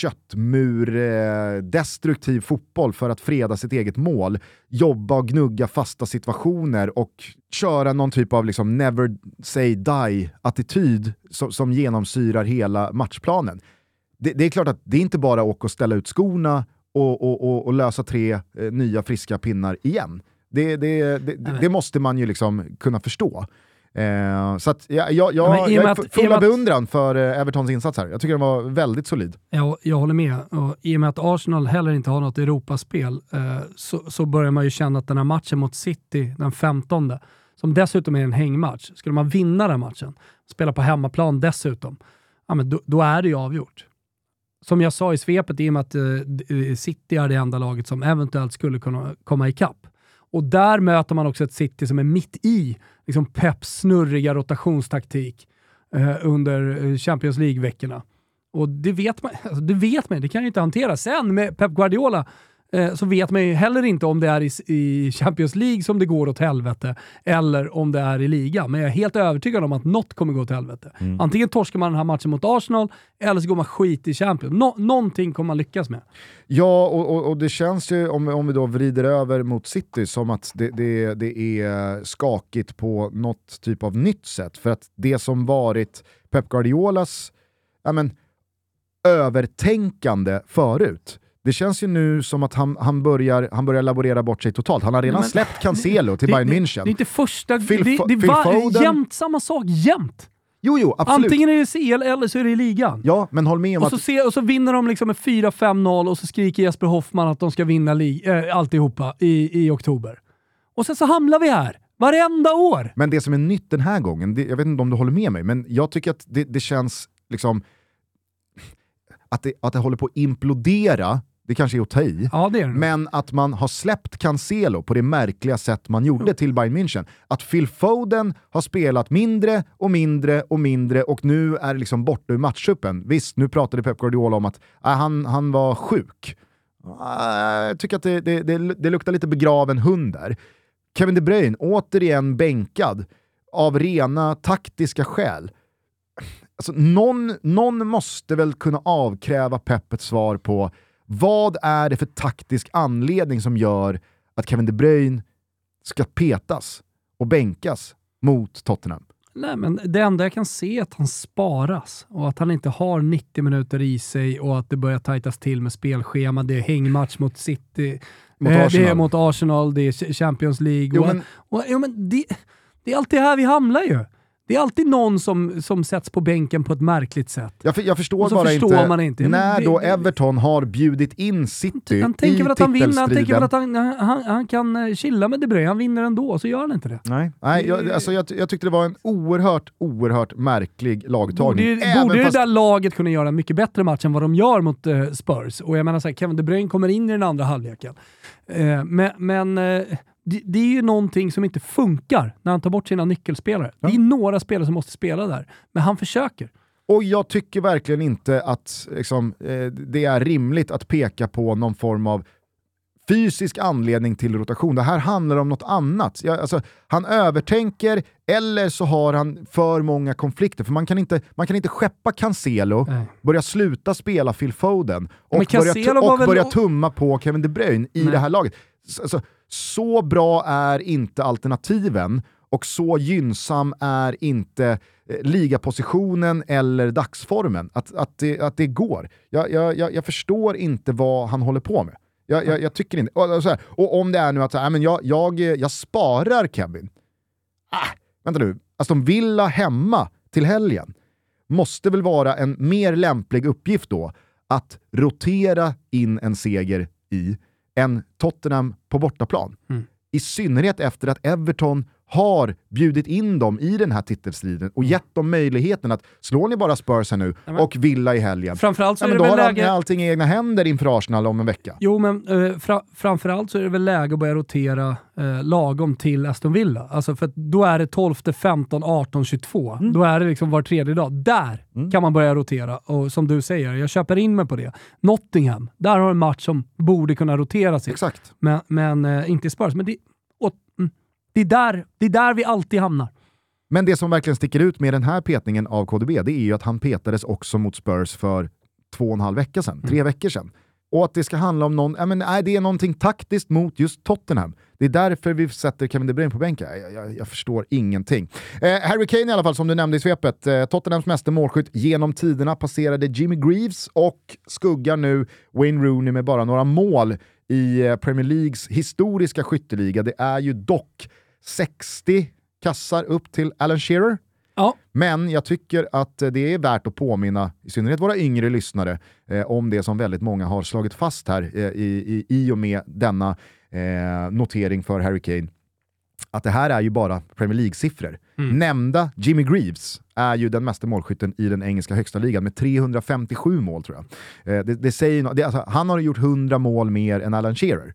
destruktiv fotboll för att freda sitt eget mål, jobba och gnugga fasta situationer och köra någon typ av liksom never say die-attityd som genomsyrar hela matchplanen. Det är klart att det är inte bara att åka och ställa ut skorna och lösa 3 nya friska pinnar igen. Det måste man ju liksom kunna förstå. Så att jag är full beundran för Evertons insats här. Jag tycker den var väldigt solid. Jag håller med. Och i och med att Arsenal heller inte har något Europaspel så börjar man ju känna att den här matchen mot City den 15, som dessutom är en hängmatch, skulle man vinna den matchen, spela på hemmaplan dessutom, ja, men då är det ju avgjort. Som jag sa i svepet, i och med att City är det enda laget som eventuellt skulle kunna komma ikapp. Och där möter man också ett City som är mitt i liksom Peps snurriga rotationstaktik under Champions League-veckorna. Och det vet man, det kan ju inte hantera. Sen med Pep Guardiola så vet man ju heller inte om det är i Champions League som det går åt helvete eller om det är i liga. Men jag är helt övertygad om att något kommer gå åt helvete. Antingen torskar man den här matchen mot Arsenal eller så går man skit i Champions. Någonting kommer man lyckas med. Ja, och det känns ju, om vi då vrider över mot City, som att det är skakigt på något typ av nytt sätt. För att det som varit Pep Guardiolas övertänkande förut, det känns ju nu som att han börjar laborera bort sig totalt. Han har redan släppt Cancelo till Bayern München. Det är inte första... Det var jämt samma sak, jämt. Jo, absolut. Antingen är det CL eller så är det i ligan. Ja, men håll med om och så vinner de liksom med 4-5-0 och så skriker Jesper Hoffman att de ska vinna alltihopa i oktober. Och sen så hamnar vi här. Varenda år. Men det som är nytt den här gången, jag vet inte om du håller med mig, men jag tycker att det känns liksom... Att det håller på att implodera, det kanske är att ta i. Ja, det är det. Men att man har släppt Cancelo på det märkliga sätt man gjorde till Bayern München. Att Phil Foden har spelat mindre och nu är liksom borta ur matchuppen. Visst, nu pratade Pep Guardiola om att han var sjuk. Jag tycker att det luktar lite begraven hund där. Kevin De Bruyne, återigen bänkad av rena taktiska skäl. Alltså, någon måste väl kunna avkräva Pep ett svar på vad är det för taktisk anledning som gör att Kevin De Bruyne ska petas och bänkas mot Tottenham. Nej, men det enda jag kan se är att han sparas och att han inte har 90 minuter i sig och att det börjar tajtas till med spelschema. Det är hängmatch mot City, det är mot Arsenal, det är Champions League. Det är alltid här vi hamnar ju. Det är alltid någon som sätts på bänken på ett märkligt sätt. Jag förstår bara inte, man inte när då Everton har bjudit in City han tänker i väl att han vinner, titelstriden. han tänker väl att han kan chilla med De Bruyne, han vinner ändå, så gör han inte det. Nej, jag tyckte det var en oerhört märklig lagtagning. Borde det där laget kunna göra en mycket bättre match än vad de gör mot Spurs? Och jag menar så här, Kevin De Bruyne kommer in i den andra halvleken. Men det är ju någonting som inte funkar när han tar bort sina nyckelspelare. Ja. Det är några spelare som måste spela där, men han försöker. Och jag tycker verkligen inte att liksom, det är rimligt att peka på någon form av fysisk anledning till rotation. Det här handlar om något annat. Han övertänker, eller så har han för många konflikter. För man kan inte skeppa Cancelo, börja sluta spela Phil Foden och börja tumma på Kevin De Bruyne i det här laget. Så bra är inte alternativen, och så gynnsam är inte ligapositionen eller dagsformen att det går. Jag förstår inte vad han håller på med. Jag tycker inte. Och om det är nu att jag sparar Kevin. Vänta nu. Aston Villa hemma till helgen måste väl vara en mer lämplig uppgift då att rotera in en seger i än Tottenham på bortaplan. I synnerhet efter att Everton har bjudit in dem i den här titelstriden och gett dem möjligheten att slå ni bara Spurs här nu och Villa i helgen. Framförallt så är det då väl har läge... de allting i egna händer inför Arsenal om en vecka. Jo, men framförallt så är det väl läge att börja rotera lagom till Aston Villa. Alltså för att då är det 12, 15, 18, 22. Då är det liksom var tredje dag. Där kan man börja rotera. Och som du säger, jag köper in mig på det. Nottingham, där har en match som borde kunna rotera sig. Exakt. Men inte Spurs. Men det är där vi alltid hamnar. Men det som verkligen sticker ut med den här petningen av KDB, det är ju att han petades också mot Spurs för 2,5 veckor sedan, 3 veckor sedan. Och att det ska handla om det är någonting taktiskt mot just Tottenham. Det är därför vi sätter Kevin De Bruyne på bänken. Jag förstår ingenting. Harry Kane i alla fall, som du nämnde i svepet. Tottenhams meste målskytt genom tiderna passerade Jimmy Greaves och skuggar nu Wayne Rooney med bara några mål i Premier Leagues historiska skytteliga. Det är ju dock 60 kassar upp till Alan Shearer. Ja. Men jag tycker att det är värt att påminna, i synnerhet våra yngre lyssnare, om det som väldigt många har slagit fast här i och med denna notering för Harry Kane. Att det här är ju bara Premier League-siffror. Nämnda Jimmy Greaves är ju den mesta målskytten i den engelska högsta ligan med 357 mål, tror jag. Det säger alltså, han har gjort 100 mål mer än Alan Shearer.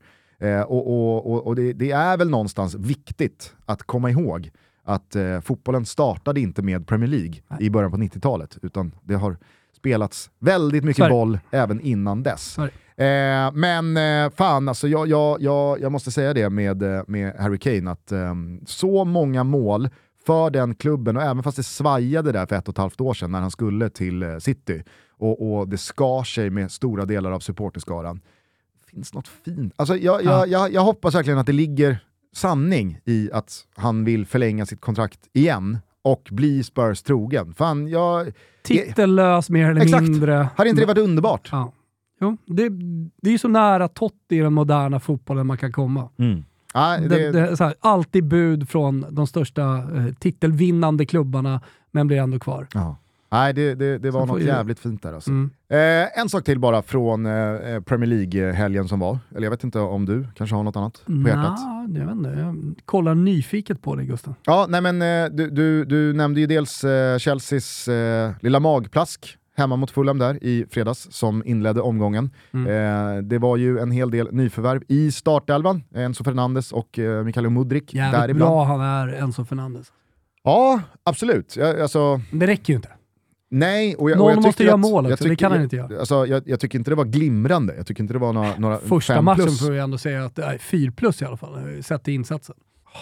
Och det är väl någonstans viktigt att komma ihåg att fotbollen startade inte med Premier League i början på 90-talet, utan det har spelats väldigt mycket boll även innan dess. Men fan, alltså jag måste säga det med Harry Kane, att så många mål för den klubben, och även fast det svajade där för 1,5 år sedan när han skulle till City och det skar sig med stora delar av supporterskaran, finns något fint. Alltså jag hoppas verkligen att det ligger sanning i att han vill förlänga sitt kontrakt igen och bli Spurs trogen. Fan, titellös mer eller mindre. Hade inte det varit underbart? Ja. Jo, det är ju så nära Totti i den moderna fotbollen man kan komma. Det så här, alltid bud från de största titelvinnande klubbarna, men blir ändå kvar. Ja. Nej, det var något jävligt fint där alltså. En sak till bara från Premier League-helgen som var. Eller jag vet inte om du kanske har något annat på hjärtat. Jag vet inte. Jag kollar nyfiket på dig, Gustav. Ja, nej men du nämnde ju dels Chelseas lilla magplask hemma mot Fulham där i fredags som inledde omgången. Det var ju en hel del nyförvärv i startelvan. Enzo Fernandes och Mikael Mudryk. Jävligt bra han är, Enzo Fernandes. Ja, absolut. Det räcker ju inte. Nej, någon måste göra mål också, det kan han inte göra. Alltså, jag tycker inte det var glimrande. Jag tycker inte det var några första 5+. Matchen får jag ändå säga att det är 4+ i alla fall, sett i insatsen.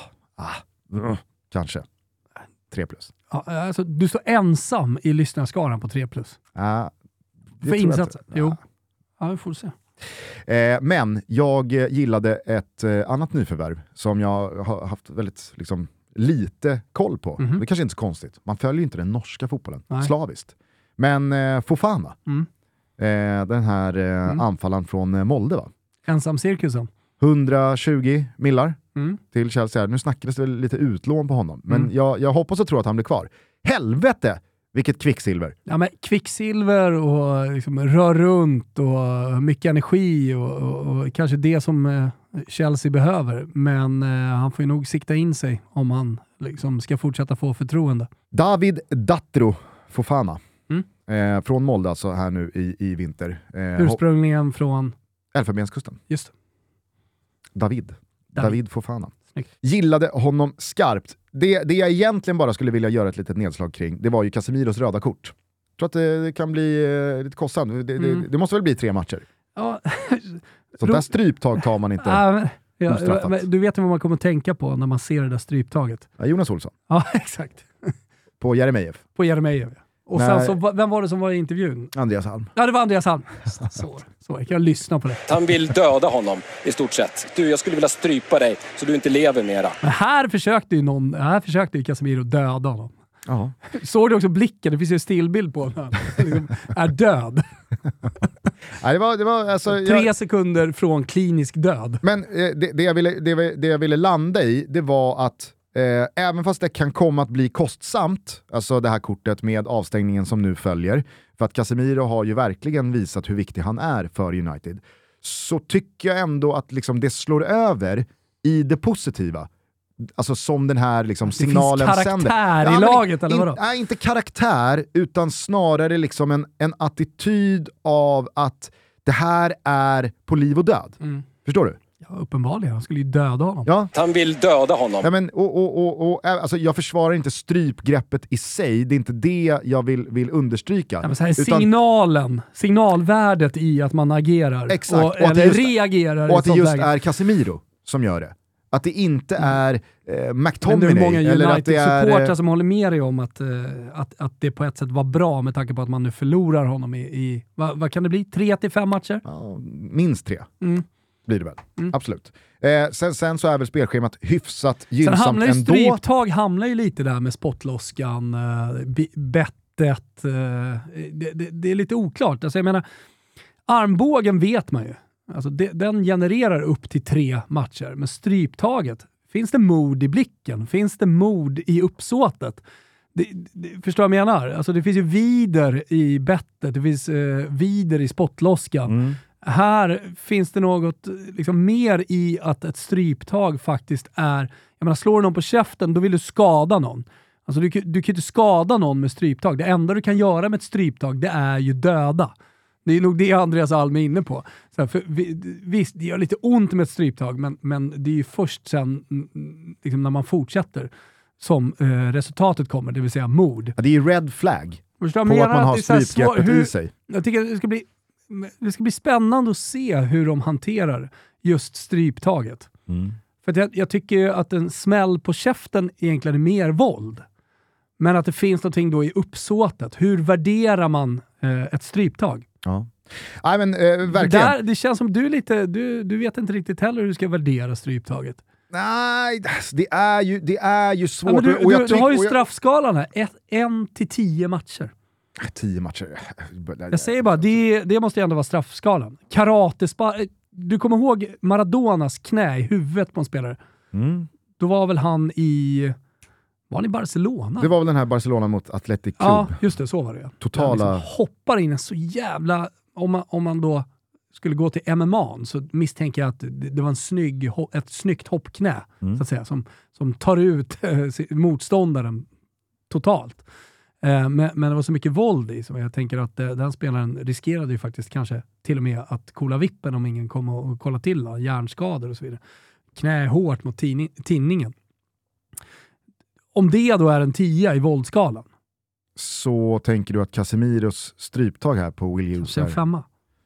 Kanske 3+. Ja, alltså, du står ensam i lyssnarskaran på 3+. För insatsen. Jo. Ja, vi får se. Men jag gillade ett annat nyförvärv som jag har haft väldigt lite koll på. Det kanske inte är så konstigt. Man följer ju inte den norska fotbollen slaviskt. Men Fofana, den här anfallaren från Molde, va? Ensamcirkusen. 120 millar till Chelsea. Nu snackades det väl lite utlån på honom, men jag hoppas och tror att han blir kvar. Helvete! Vilket kvicksilver. Ja, men kvicksilver och liksom rör runt och mycket energi och kanske det som Chelsea behöver. Men han får ju nog sikta in sig om han liksom ska fortsätta få förtroende. David Datro Fofana. Från Molde alltså här nu i vinter. Ursprungligen från Elfenbenskusten. Just David Fofana. Snyggt. Gillade honom skarpt. Det jag egentligen bara skulle vilja göra ett litet nedslag kring, det var ju Casemiros röda kort. Jag tror att det kan bli lite kostsamt. Det måste väl bli 3 matcher. Ja. Sånt där stryptag tar man inte. Du vet vad man kommer att tänka på när man ser det där stryptaget. Ja, Jonas Olsson. Ja, exakt. På Jeremejeff. Och sen så, vem var det som var i intervjun? Andreas Alm. Ja, det var Andreas Alm. Så jag kan lyssna på det. Han vill döda honom i stort sett. Jag skulle vilja strypa dig så du inte lever mera. Men här försökte ju Casemiro döda honom. Ja. Såg du också blicken? Det finns ju en stillbild på honom. Liksom, är död. Nej, det var alltså, 3 sekunder från klinisk död. Men det jag ville landa i, det var att även fast det kan komma att bli kostsamt, alltså det här kortet med avstängningen som nu följer, för att Casemiro har ju verkligen visat hur viktig han är för United, så tycker jag ändå att liksom det slår över i det positiva. Alltså som den här liksom signalen sänder. Det finns karaktär i laget, eller vadå? Nej, inte karaktär, utan snarare liksom en attityd av att det här är på liv och död. Förstår du? Ja, uppenbarligen. Han skulle ju döda honom. Ja. Han vill döda honom. Ja, men, alltså, jag försvarar inte strypgreppet i sig. Det är inte det jag vill understryka. Ja, men så här signalvärdet i att man agerar. Exakt. Eller reagerar. Och att det just är Casemiro som gör det. Att det inte är McTominay. Men det är många United-supportrar är som håller med dig om att det på ett sätt var bra med tanke på att man nu förlorar honom i vad kan det bli? 3-5 matcher? Ja, minst 3. Blir det väl. Absolut. Sen så är väl spelschemat hyfsat gynnsamt ändå. Stryptag hamnar ju lite där med spottloskan, bettet. Det är lite oklart. Alltså jag menar, armbågen vet man ju. Alltså den genererar upp till 3 matcher. Men stryptaget, finns det mod i blicken? Finns det mod i uppsåtet? Förstår vad jag menar? Alltså det finns ju vider i bettet, det finns vider i spottloskan. Här finns det något liksom mer i att ett stryptag faktiskt är, jag menar, slår någon på käften, då vill du skada någon. Alltså du kan inte skada någon med stryptag. Det enda du kan göra med ett stryptag, det är ju döda. Det är nog det Andreas Alm är inne på. Så här, visst, det gör lite ont med ett stryptag, men det är ju först sen liksom när man fortsätter som resultatet kommer, det vill säga mod. Ja, det är ju red flag på att man har strypgreppet i sig. Jag tycker det ska bli spännande att se hur de hanterar just stryptaget. För att jag tycker att en smäll på käften egentligen är mer våld. Men att det finns någonting då i uppsåtet. Hur värderar man ett stryptag? Ja. Nej, men verkligen. Det känns som du vet inte riktigt heller hur du ska värdera stryptaget. Nej, det är ju svårt. Ja, men du har ju straffskalan här. 1-10 matcher. 10 matcher. Jag säger bara, det måste ju ändå vara straffskalan. Du kommer ihåg Maradonas knä i huvudet på en spelare? Då var väl han i Barcelona? Det var väl den här Barcelona mot Athletic Club. Ja, just det, så var det. Ja. Totala... Liksom hoppar in en så jävla... Om man då skulle gå till MMA så misstänker jag att det var ett snyggt hoppknä så att säga, som tar ut motståndaren totalt. Men det var så mycket våld i, så jag tänker att den spelaren riskerade ju faktiskt kanske till och med att kolla vippen om ingen kom och kolla till då, hjärnskador och så vidare. Knä hårt mot tinningen. Om det då är en 10 i våldskalan. Så tänker du att Casemiros stryptag här på Will Hughes är 5.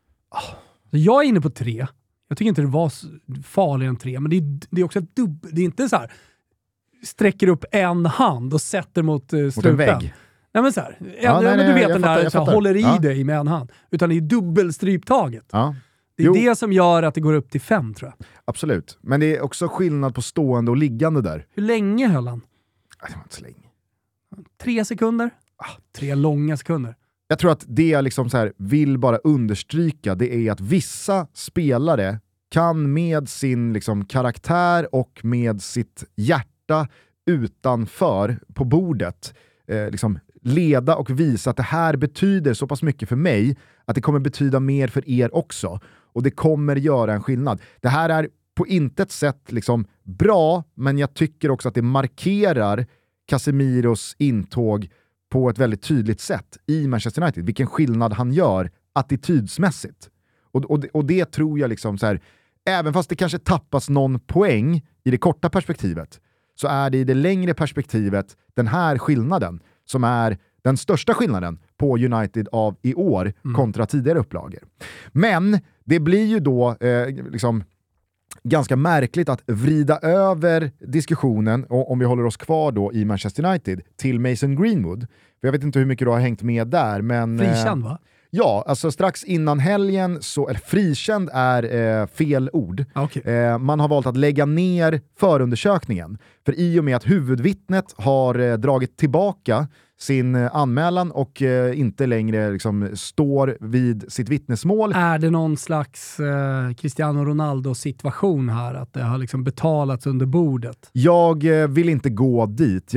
Jag är inne på 3. Jag tycker inte det var farligare än 3, men det är också ett det är inte så här sträcker upp en hand och sätter mot strupen. Mot en vägg. Nej, men så här. Men du vet den där så håller i dig med en hand. Utan det är dubbelstryptaget. Ja. Det är det som gör att det går upp till 5, tror jag. Absolut. Men det är också skillnad på stående och liggande där. Hur länge höll han? Det var inte så länge. 3 sekunder? 3 långa sekunder. Jag tror att det jag liksom så här vill bara understryka, det är att vissa spelare kan med sin liksom karaktär och med sitt hjärta utanför på bordet liksom leda och visa att det här betyder så pass mycket för mig att det kommer betyda mer för er också. Och det kommer göra en skillnad. Det här är på intet sätt liksom bra, men jag tycker också att det markerar Casemiros intåg på ett väldigt tydligt sätt i Manchester United. Vilken skillnad han gör attitydsmässigt. Och det tror jag liksom så här, även fast det kanske tappas någon poäng i det korta perspektivet, så är det i det längre perspektivet den här skillnaden som är den största skillnaden på United av i år kontra tidigare upplagor. Men det blir ju då liksom ganska märkligt att vrida över diskussionen, om vi håller oss kvar då i Manchester United, till Mason Greenwood. För jag vet inte hur mycket du har hängt med där, men... Frikänd, va? Ja, alltså strax innan helgen så... Eller frikänd är fel ord. Okay. Man har valt att lägga ner förundersökningen. För i och med att huvudvittnet har dragit tillbaka sin anmälan och inte längre liksom står vid sitt vittnesmål. Är det någon slags Cristiano Ronaldo-situation här? Att det har liksom betalats under bordet? Jag vill inte gå dit.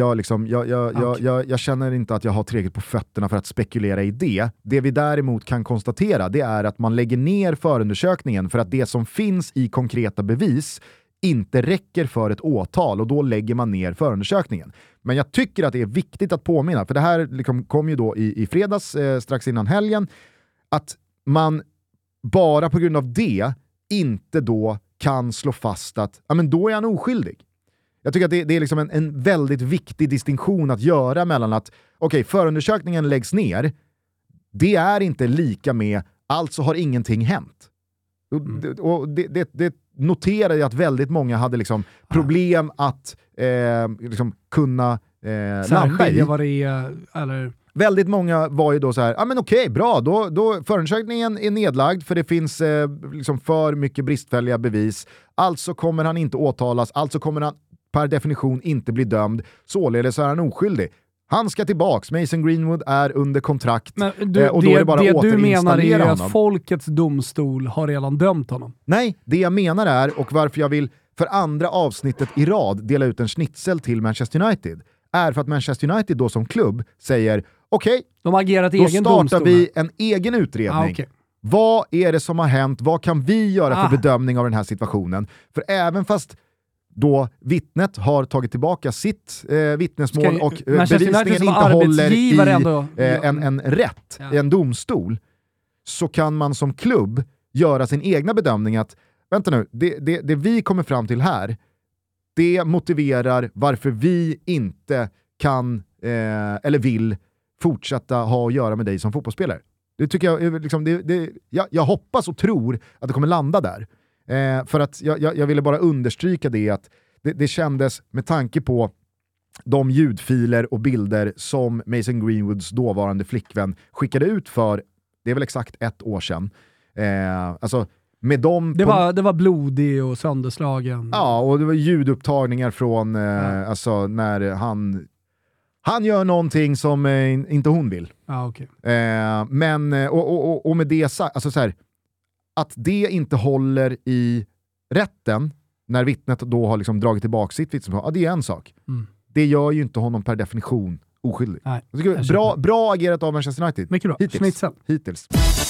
Jag känner inte att jag har tillräckligt på fötterna för att spekulera i det. Det vi däremot kan konstatera, det är att man lägger ner förundersökningen för att det som finns i konkreta bevis inte räcker för ett åtal, och då lägger man ner förundersökningen. Men jag tycker att det är viktigt att påminna, för det här liksom kom ju då i fredags strax innan helgen, att man bara på grund av det inte då kan slå fast att men då är han oskyldig. Jag tycker att det är liksom en väldigt viktig distinktion att göra mellan att förundersökningen läggs ner, det är inte lika med alltså har ingenting hänt. Och det noterar jag att väldigt många hade liksom problem att liksom kunna landa i. Vad det är, eller... Väldigt många var ju då så här, bra, då förundersökningen är nedlagd för det finns liksom för mycket bristfälliga bevis. Alltså kommer han inte åtalas, alltså kommer han per definition inte bli dömd. Således är han oskyldig. Han ska tillbaks. Mason Greenwood är under kontrakt. Men och då är det bara att du menar är ju honom. att folkets domstol har redan dömt honom. Nej, det jag menar är, och varför jag vill för andra avsnittet i rad dela ut en schnitzel till Manchester United, är för att Manchester United då som klubb säger de har agerat då egen startar domstol. Vi en egen utredning. Vad är det som har hänt? Vad kan vi göra för bedömning av den här situationen? För även fast då vittnet har tagit tillbaka sitt vittnesmål och bevisningen inte håller i en rätt, i en domstol, så kan man som klubb göra sin egna bedömning att vänta nu, det vi kommer fram till här, det motiverar varför vi inte kan eller vill fortsätta ha att göra med dig som fotbollsspelare. Det tycker jag liksom, jag hoppas och tror att det kommer landa där. För att jag ville bara understryka det, att det kändes, med tanke på de ljudfiler och bilder som Mason Greenwoods dåvarande flickvän skickade ut för, det är väl exakt 1 år sedan. Alltså med dem det var blodig och sönderslagen. Ja, och det var ljudupptagningar från alltså när han gör någonting som inte hon vill. Men och med det sagt, alltså så här, att det inte håller i rätten när vittnet då har liksom dragit tillbaka sitt vittnesmål, det är en sak. Det gör ju inte honom per definition oskyldig. Bra agerat av Manchester United. Mycket bra. Hittills.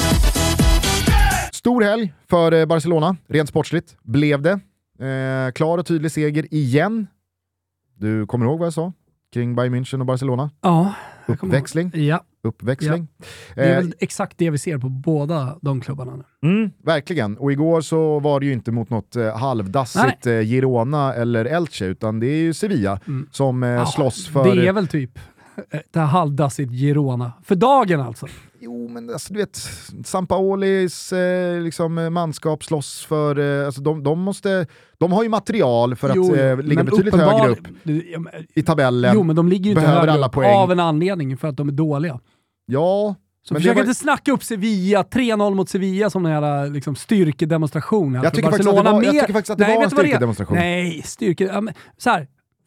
Stor helg för Barcelona, rent sportsligt blev det. Klar och tydlig seger igen. Du kommer ihåg vad jag sa kring Bayern München och Barcelona? Ja. Uppväxling. Ja. Uppväxling. Det är väl exakt det vi ser på båda de klubbarna nu. Verkligen. Och igår så var det ju inte mot något halvdassigt Girona eller Elche, utan det är ju Sevilla som slåss för... Det är väl typ det här halvdassigt Girona. För dagen alltså. Jo, men alltså, du vet, Sampaolis liksom, manskap slåss för... Alltså, de har ju material för att ligga betydligt högre upp i tabellen. Jo, men de ligger ju inte högre alla poäng av en anledning, för att de är dåliga. Ja. Så försök inte snacka upp Sevilla, 3-0 mot Sevilla som en jävla liksom, styrkedemonstration. Här jag tycker faktiskt att det var en styrkedemonstration. Nej, så här,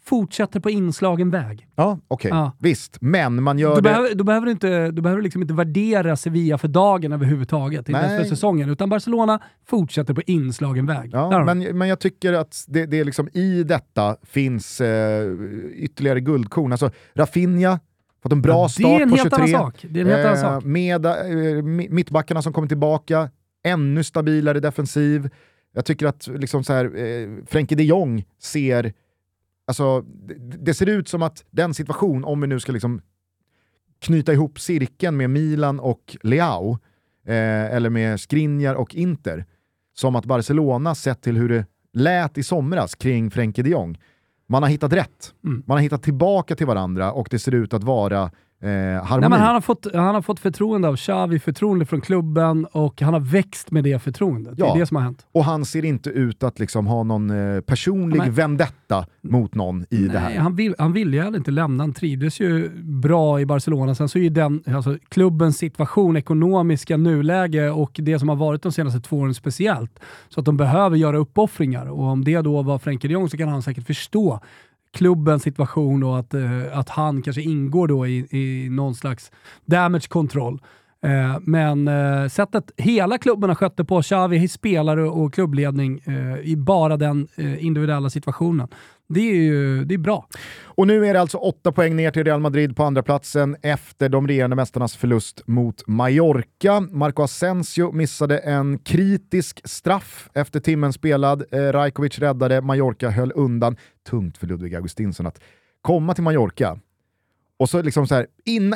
fortsätter på inslagen väg. Ja, okej. Visst. Men man gör Du behöver liksom inte värdera Sevilla för dagen överhuvudtaget, inte ens för säsongen, utan Barcelona fortsätter på inslagen väg. Ja, men jag tycker att det är liksom, i detta finns ytterligare guldkorn. Alltså Rafinha fått en bra start på 23. Det är en helt annan sak. Med mittbackarna som kommer tillbaka, ännu stabilare defensiv. Jag tycker att liksom så här, Frenkie de Jong ser... Alltså, det ser ut som att den situation, om vi nu ska liksom knyta ihop cirkeln med Milan och Leao, eller med Skriniar och Inter, som att Barcelona sett till hur det lät i somras kring Frenkie de Jong. Man har hittat rätt. Man har hittat tillbaka till varandra och det ser ut att vara harmoni. Nej, men han har fått förtroende av Xavi, förtroende från klubben, och han har växt med det förtroendet. Det är det som har hänt. Och han ser inte ut att liksom ha någon personlig vendetta mot någon i det här. Han vill ju inte lämna. Han trivdes ju bra i Barcelona. Sen så är ju klubbens situation, ekonomiska nuläge och det som har varit de senaste 2 åren speciellt. Så att de behöver göra uppoffringar. Och om det då var Frenkie de Jong så kan han säkert förstå klubbens situation och att han kanske ingår då i någon slags damage control. Men sättet hela klubben har skött det på, Xavi, spelare och klubbledning, i bara den individuella situationen. Det är bra. Och nu är det alltså 8 poäng ner till Real Madrid på andra platsen efter de regerande mästarnas förlust mot Mallorca. Marco Asensio missade en kritisk straff efter timmen spelad. Rajkovic räddade, Mallorca höll undan. Tungt för Ludvig Augustinsson att komma till Mallorca. Och så liksom så här,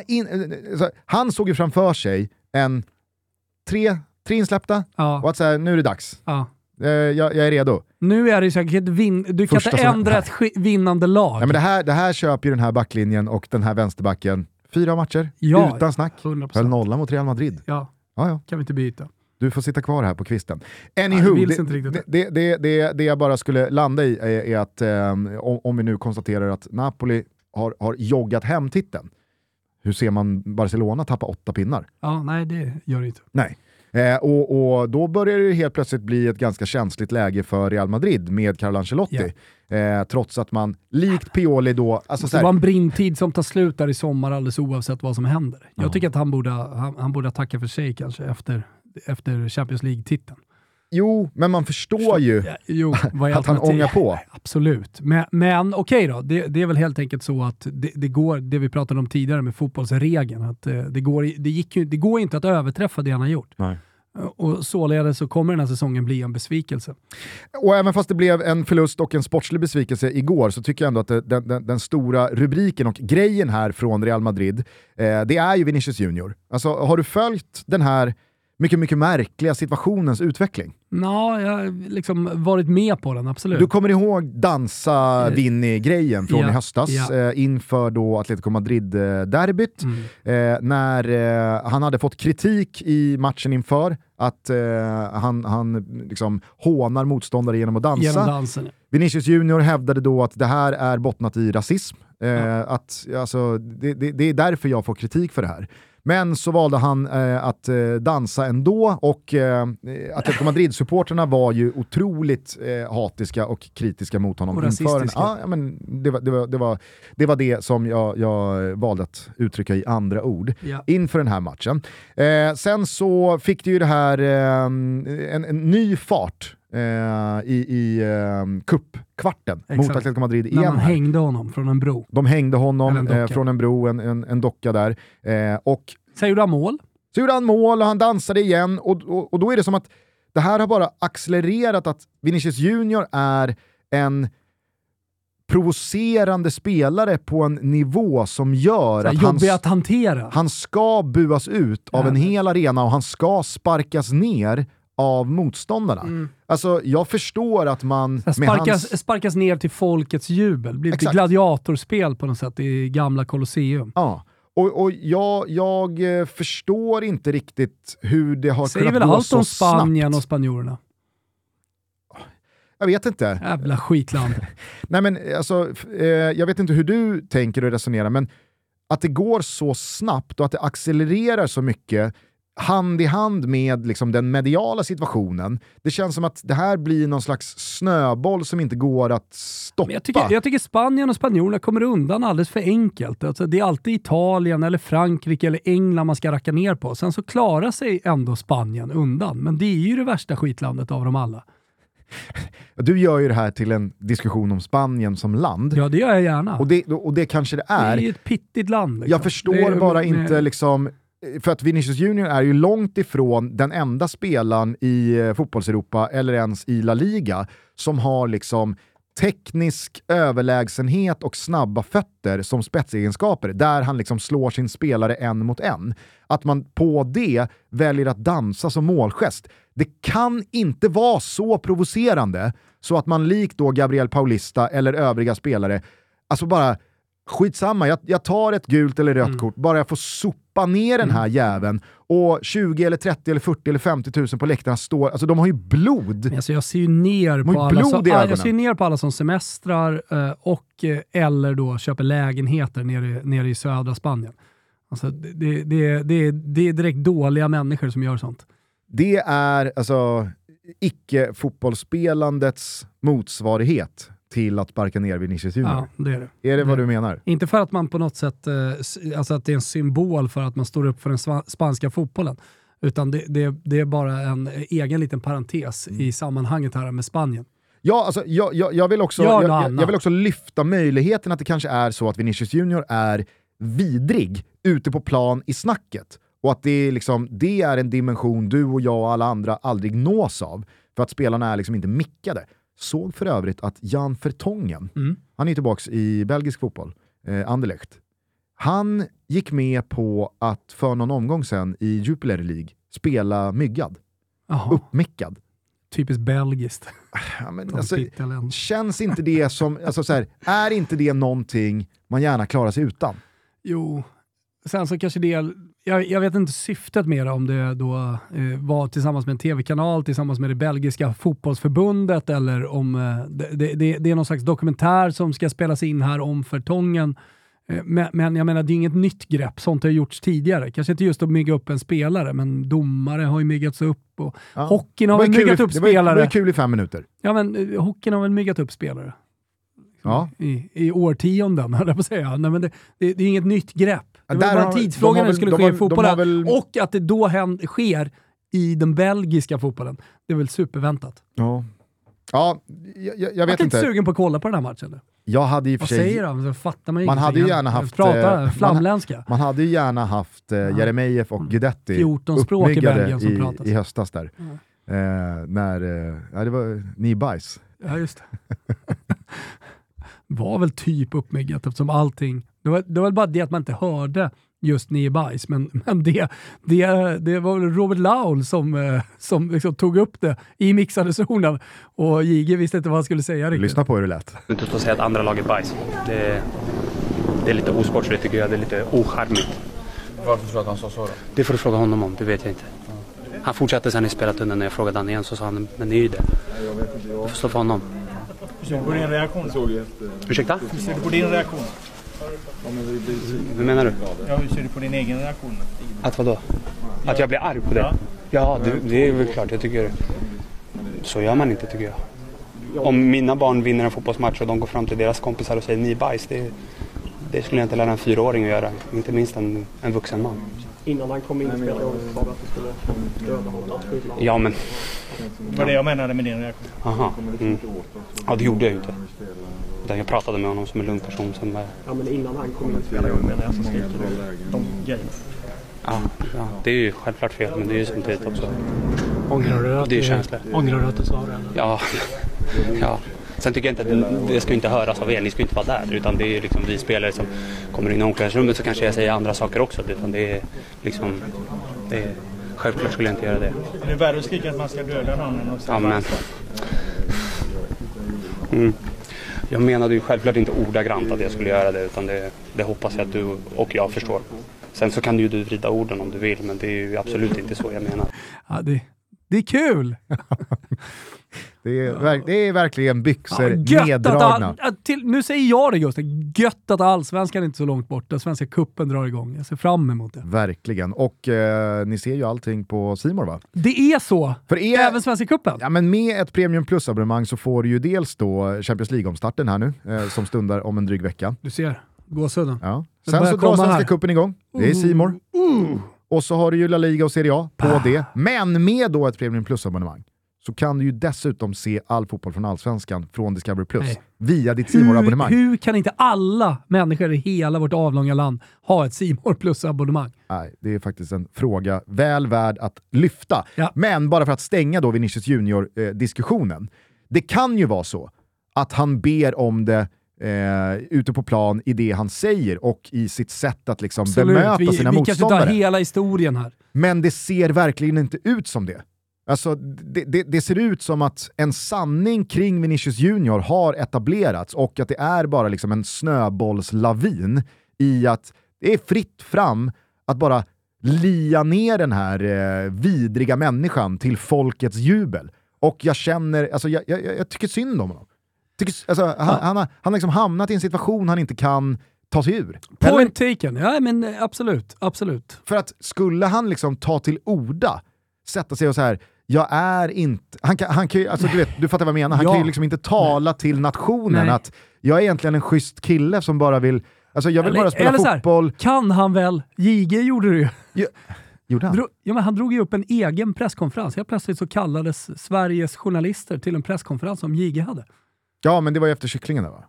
han såg ju framför sig en tre insläppta och att så här, nu är det dags. Jag är redo. Nu är det säkert du kan inte ändra ett vinnande lag. Ja, men det här köper ju den här backlinjen och den här vänsterbacken 4 matcher utan snack. 100%. Höll 0 mot Real Madrid. Ja. Kan vi inte byta. Du får sitta kvar här på kvisten. Anywho, det jag bara skulle landa i är att om vi nu konstaterar att Napoli har joggat hem titeln. Hur ser man Barcelona tappa 8 pinnar? Ja, nej, det gör det inte. Nej. Och då börjar det helt plötsligt bli ett ganska känsligt läge för Real Madrid med Carlo Ancelotti. Trots att man likt Pioli då... Alltså det var en brintid som tar slut där i sommar alldeles oavsett vad som händer. Jag tycker att han borde tacka för sig kanske efter Champions League-titeln. Jo, men man förstår ju att han ångar på. Absolut. Men okej då, det är väl helt enkelt så att det går, det vi pratade om tidigare med fotbollsregeln, att det går inte att överträffa det han har gjort. Nej. Och således så kommer den här säsongen bli en besvikelse. Och även fast det blev en förlust och en sportslig besvikelse igår, så tycker jag ändå att den stora rubriken och grejen här från Real Madrid, det är ju Vinicius Junior. Alltså, har du följt den här mycket, mycket märkliga situationens utveckling? Ja, jag har liksom varit med på den, absolut. Du kommer ihåg dansa Vinny-grejen från i höstas inför då Atletico Madrid-derbyt, när han hade fått kritik i matchen inför att han liksom hånar motståndare genom att dansa. Genom dansen. Vinicius Junior hävdade då att det här är bottnat i rasism. Att, alltså, det är därför jag får kritik för det här. Men så valde han att dansa ändå, och Atletico Madrid-supporterna var ju otroligt hatiska och kritiska mot honom. Och rasistiska. Ja, men det var det som jag valde att uttrycka i andra ord inför den här matchen. Sen så fick det ju det här en ny fart i cupkvarten mot Atletico Madrid igen. När man hängde honom från en bro. De hängde honom från en bro, en docka där. Och så gjorde han mål. Så gjorde han mål och han dansade igen. Och då är det som att det här har bara accelererat, att Vinicius Junior är en provocerande spelare på en nivå som gör att han ska buas ut av en hel arena och han ska sparkas ner av motståndarna. Alltså, jag förstår att man sparkas ner till folkets jubel. Blir lite gladiatorspel på något sätt i gamla Colosseum. Ja. Och jag förstår inte riktigt hur det har kunnat gå allt så om Spanien snabbt. Och spanjorerna. Jag vet inte. Jävla skitland. Nej, men alltså, jag vet inte hur du tänker och resonerar, men att det går så snabbt och att det accelererar så mycket. hand i hand med liksom den mediala situationen. Det känns som att det här blir någon slags snöboll som inte går att stoppa. Men jag tycker Spanien och spanjorerna kommer undan alldeles för enkelt. Alltså, det är alltid Italien eller Frankrike eller England man ska racka ner på. Sen så klarar sig ändå Spanien undan. Men det är ju det värsta skitlandet av dem alla. Du gör ju det här till en diskussion om Spanien som land. Ja, det gör jag gärna. Och det kanske det är. Det är ju ett pittigt land. Liksom. Jag förstår bara inte liksom... För att Vinicius Junior är ju långt ifrån den enda spelaren i fotbollseuropa eller ens i La Liga som har liksom teknisk överlägsenhet och snabba fötter som spetsegenskaper, där han liksom slår sin spelare en mot en. Att man på det väljer att dansa som målgest. Det kan inte vara så provocerande så att man likt då Gabriel Paulista eller övriga spelare, alltså bara skitsamma, jag tar ett gult eller rött kort, bara jag får sopa ner den här jäveln och 20 eller 30 eller 40 eller 50 000 på läktarna står, alltså de har ju blod. Alltså jag ser ju ner på alla som semestrar och eller då köper lägenheter nere i södra Spanien. Alltså det är direkt dåliga människor som gör sånt. Det är alltså icke-fotbollsspellandets motsvarighet till att sparka ner Vinicius Junior. Ja, det är det. Är det vad du menar? Inte för att man på något sätt, alltså att det är en symbol för att man står upp för den spanska fotbollen, utan det är bara en egen liten parentes i sammanhanget här med Spanien. Ja, alltså jag vill också lyfta möjligheten att det kanske är så att Vinicius Junior är vidrig ute på plan i snacket. Och att det är en dimension du och jag och alla andra aldrig nås av. För att spelarna är liksom inte mickade. Såg för övrigt att Jan Vertonghen, han är tillbaka i belgisk fotboll, Anderlecht. Han gick med på att för någon omgång sen i Jupiler League spela myggad. Aha. Uppmickad. Typiskt belgiskt. Ja, men alltså, känns inte det som, alltså så här, är inte det någonting man gärna klarar sig utan? Jo, sen så kanske det, jag vet inte syftet mer om det då var tillsammans med en tv-kanal, tillsammans med det belgiska fotbollsförbundet, eller om det är någon slags dokumentär som ska spelas in här om Vertonghen. Men jag menar, det är inget nytt grepp, sånt har gjorts tidigare. Kanske inte just att mygga upp en spelare, men domare har ju myggats upp och hockeyn har väl myggat upp spelare. Det var kul i 5 minuter. Ja, men hockeyn har väl myggat upp spelare. Ja. I årtionden, höll jag på att säga. Nej, men det är inget nytt grepp. Det var bara tidsfrågan när det skulle ske i fotbollen. Och att det då sker i den belgiska fotbollen. Det är väl superväntat. Ja, jag vet inte. Jag är sugen på att kolla på den här matchen. Eller? Jag hade ju för sig... Vad säger de? Så fattar man hade ju gärna haft... flamländska. Man hade ju gärna haft Jeremejeff och Guidetti 14 språk i Belgien som pratas. I höstas där. När det var ni bajs. Ja, just det. Var väl typ uppmyggat eftersom allting... Det var väl bara det att man inte hörde just ni bajs, men det var väl Robert Laul som liksom tog upp det i mixade zonen, och Jige visste inte vad han skulle säga riktigt. Lyssna på hur det lät. Du inte får säga att andra lag är bajs. Det är lite osportsligt tycker jag, det är lite ocharmigt. Varför tror du att han sa så då? Det får du fråga honom om, det vet jag inte. Han fortsatte sen i spelartunneln när jag frågade han igen, så sa han, men det är ju det. Du får stå för honom. Hur ser du på din reaktion? Ursäkta? Hur ser du på din reaktion? Hur menar du? Ja, hur ser du på din egen reaktion? Att vadå? Att jag blir arg på det? Ja, det är väl klart. Jag tycker... Så gör man inte, tycker jag. Om mina barn vinner en fotbollsmatch och de går fram till deras kompisar och säger ni bajs, det skulle jag inte lära en 4-åring att göra. Inte minst en vuxen man. Innan han kom in i spelet sa du att du skulle döda honom. Ja, men... Det var det jag menade med din reaktion. Aha. Ja, det gjorde jag ju inte. Jag pratade med honom som en lugn person som... Ja, men innan han kom in i spelet menar jag så skriker de grejer. Ja, det är ju självklart fel, men det är ju samtidigt också... Ångrar du att det är känsligt. Ångrar du att du sa det? Ja. Sen tycker jag inte att det ska inte höras av er, ni ska inte vara där, utan det är liksom vi spelare som kommer in i omklädningsrummet, så kanske jag säger andra saker också, utan det är liksom... Självklart skulle jag inte göra det. Är det värre att skrika att man ska döda någon än att säga? Ja, men... Jag menade ju självklart inte ordagrant att jag skulle göra det, utan det hoppas jag att du och jag förstår. Sen så kan ju du vrida orden om du vill, men det är ju absolut inte så jag menar. Ja, det är kul! Det är verkligen byxor neddragna. Nu säger jag det, Gustav. Gött att allsvenskan är inte så långt borta. Svenska kuppen drar igång. Jag ser fram emot det. Verkligen. Och ni ser ju allting på C More, va? Det är så. Även Svenska kuppen. Ja, men med ett Premium Plus-abonnemang så får du ju dels då Champions League-omstarten här nu, som stundar om en dryg vecka. Du ser, gåsudden. Ja. Sen så drar Svenska kuppen igång. Det är C More. Och så har du ju La Liga och Serie A på det. Men med då ett Premium Plus-abonnemang så kan du ju dessutom se all fotboll från Allsvenskan från Discovery Plus via ditt C More-abonnemang. Hur kan inte alla människor i hela vårt avlånga land ha ett C More Plus-abonnemang? Nej, det är faktiskt en fråga väl värd att lyfta. Ja. Men bara för att stänga då Vinicius Junior-diskussionen. Det kan ju vara så att han ber om det ute på plan i det han säger och i sitt sätt att liksom bemöta sina motståndare. Vi kanske tar hela historien här. Men det ser verkligen inte ut som det. Alltså, det ser ut som att en sanning kring Vinicius Junior har etablerats och att det är bara liksom en snöbollslavin i att det är fritt fram att bara lia ner den här vidriga människan till folkets jubel. Och jag känner, alltså jag tycker synd om honom. Han har liksom hamnat i en situation han inte kan ta sig ur. Point taken. Ja, men absolut. För att skulle han liksom ta till orda, sätta sig och så här, jag är inte... Han kan ju, alltså du fattar vad jag menar. Han kan ju liksom inte tala till nationen att jag är egentligen en schysst kille som bara vill... Alltså jag vill bara spela fotboll. Här, kan han väl? JG gjorde det ju. Gjorde han? Men han drog ju upp en egen presskonferens. Helt plötsligt så kallades Sveriges journalister till en presskonferens som JG hade. Ja, men det var ju efter kycklingen där, va?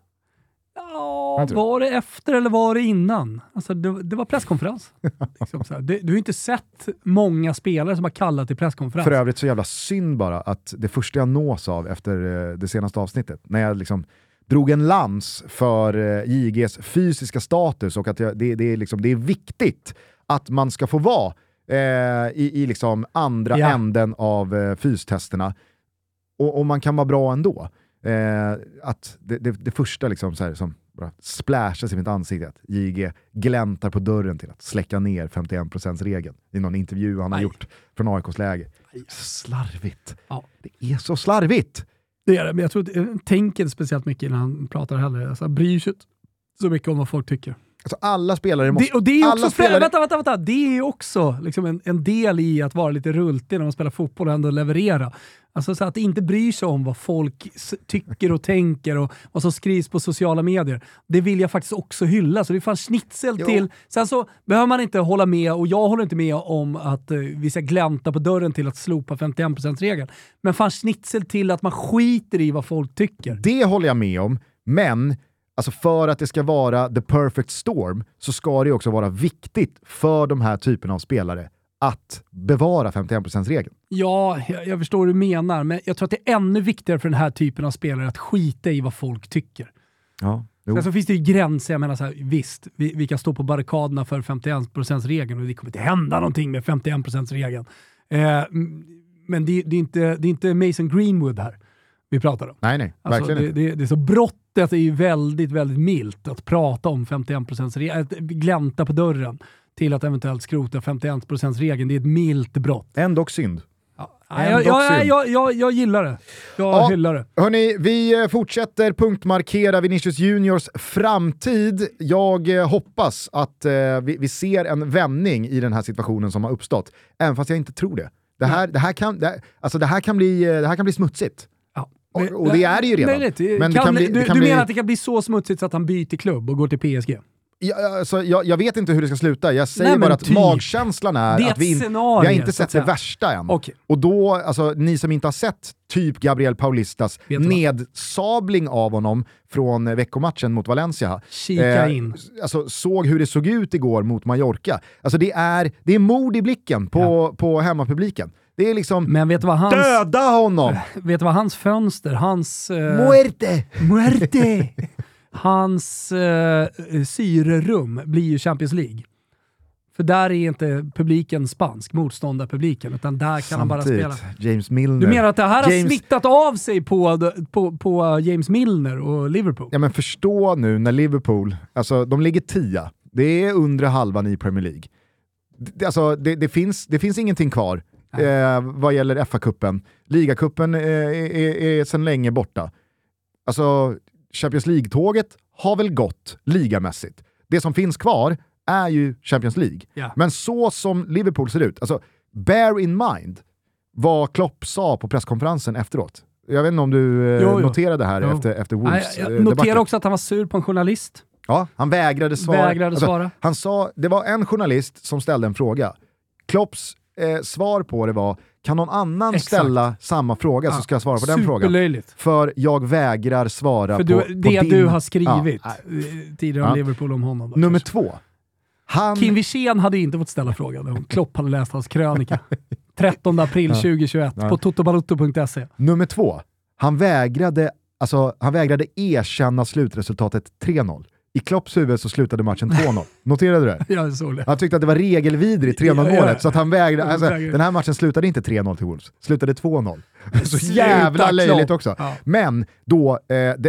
Ja, var det efter eller var det innan? Alltså det var presskonferens. Liksom så här. Du har inte sett många spelare som har kallat till presskonferens. För övrigt så jävla synd bara att det första jag nås av efter det senaste avsnittet, när jag liksom drog en lans för JGs fysiska status och att det är viktigt att man ska få vara i liksom andra änden av fystesterna och man kan vara bra ändå. Att det första liksom så här, som bara splashas i mitt ansikte, att JG gläntar på dörren till att släcka ner 51%-regeln i någon intervju han har gjort från AIKs läge. Slarvigt. Ja. Det är så slarvigt. Det är det, men jag tror att han tänker speciellt mycket när han pratar heller. Alltså, han bryr sig så mycket om vad folk tycker. Alltså alla spelare måste... Det är också vänta. Det är också liksom en del i att vara lite rultig när man spelar fotboll och ändå leverera. Alltså så att det inte bryr sig om vad folk tycker och tänker och vad som skrivs på sociala medier. Det vill jag faktiskt också hylla. Så det är fan schnitzel till. Sen så behöver man inte hålla med, och jag håller inte med om att vi ska glänta på dörren till att slopa 51%-regeln. Men fan schnitzel till att man skiter i vad folk tycker. Det håller jag med om, men alltså för att det ska vara the perfect storm så ska det också vara viktigt för de här typerna av spelare att bevara 51%-regeln. Ja, jag förstår vad du menar, men jag tror att det är ännu viktigare för den här typen av spelare att skita i vad folk tycker. Ja. Sen så finns det ju gränser, jag menar så här, visst, vi kan stå på barrikaderna för 51%-regeln och det kommer inte hända någonting med 51%-regeln. Men det är inte Mason Greenwood här vi pratar om. Nej, alltså, verkligen inte. Det är så brottet är ju väldigt, väldigt milt att prata om 51%-regeln, att glänta på dörren till att eventuellt skrota 51%-regeln. Det är ett milt brott. Ändå synd. Jag gillar det. Jag hyllar det. Hörrni, vi fortsätter punktmarkera Vinicius Juniors framtid. Jag hoppas att vi ser en vändning i den här situationen som har uppstått. Även fast jag inte tror det. Det här kan bli smutsigt. Ja. Och det är det ju redan. Men du menar att det kan bli så smutsigt så att han byter klubb och går till PSG? Jag vet inte hur det ska sluta. Jag säger bara att magkänslan är att vi har inte sett det värsta än. Okay. Och då, alltså, ni som inte har sett typ Gabriel Paulistas nedsabling av honom från veckomatchen mot Valencia. Kika in. Alltså, såg hur det såg ut igår mot Mallorca. Alltså, det är mod i blicken på hemmapubliken. Det är liksom, men vet du vad döda honom! Vet du vad hans fönster, hans... Muerte! Hans syrerum blir ju Champions League. För där är inte publiken spansk, motståndarpubliken, utan där kan han bara spela. James Milner. Du menar att det här har smittat av sig på James Milner och Liverpool? Ja, men förstå nu när Liverpool, alltså de ligger 10. Det är undre halvan i Premier League. Det finns ingenting kvar vad gäller FA-cupen. Ligacupen är sedan länge borta. Alltså, Champions League-tåget har väl gått ligamässigt. Det som finns kvar är ju Champions League. Yeah. Men så som Liverpool ser ut, alltså bear in mind vad Klopp sa på presskonferensen efteråt. Jag vet inte om du noterade här efter Wolves. Jag noterade också att han var sur på en journalist. Ja, han vägrade svara. svara. Han sa, det var en journalist som ställde en fråga. Klopps svar på det var, kan någon annan ställa samma fråga så ska jag svara på den frågan. Superlöjligt. För jag vägrar svara för på din... du har skrivit tidigare om Liverpool om honom. Då, Nummer 2. Kim Wirsén hade inte fått ställa frågan om Klopp hade läst hans krönika. 13 april 2021 på totobalotto.se. Nummer 2. Han vägrade erkänna slutresultatet 3-0. I Klopps huvud så slutade matchen 2-0. Noterade du det? Jag såg det. Han tyckte att det var regelvidrigt 3-0-målet, så att han vägrade. Alltså, den här matchen slutade inte 3-0 till Wolves. Slutade 2-0. Så jävla löjligt också. Ja. Men då,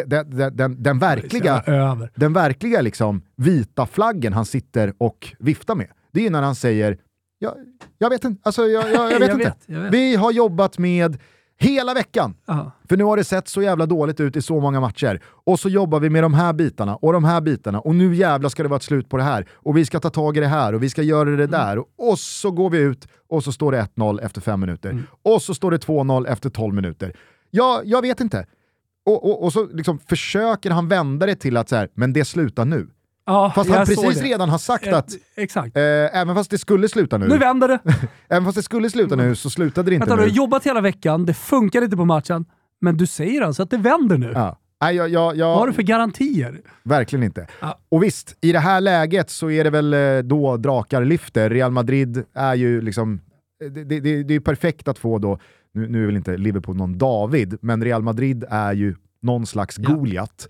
den verkliga liksom, vita flaggen han sitter och viftar med, det är när han säger jag vet inte. Alltså, jag vet inte. Vi har jobbat med hela veckan. För nu har det sett så jävla dåligt ut i så många matcher. Och så jobbar vi med de här bitarna och de här bitarna. Och nu jävla ska det vara ett slut på det här. Och vi ska ta tag i det här och vi ska göra det där. Och så går vi ut och så står det 1-0 efter 5 minuter. Och så står det 2-0 efter 12 minuter. Jag vet inte. Och så liksom försöker han vända det till att så här, men det slutar nu. Ja, fast han precis redan har sagt att exakt. Även fast det skulle sluta nu. Nu vänder det. Även fast det skulle sluta nu så slutade det inte. Du har jobbat hela veckan, det funkar inte på matchen, men du säger alltså att det vänder nu. Ja. Vad har du för garantier? Verkligen inte. Ja. Och visst, i det här läget så är det väl då drakar lyfter. Real Madrid är ju liksom, det är perfekt att få då, nu är väl inte Liverpool någon David, men Real Madrid är ju någon slags Goliat.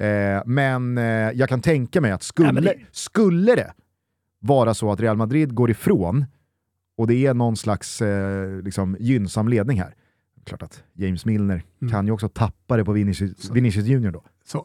Men jag kan tänka mig att skulle det vara så att Real Madrid går ifrån och det är någon slags liksom gynnsam ledning här. Klart att James Milner kan ju också tappa det på Vinicius Junior då. Så,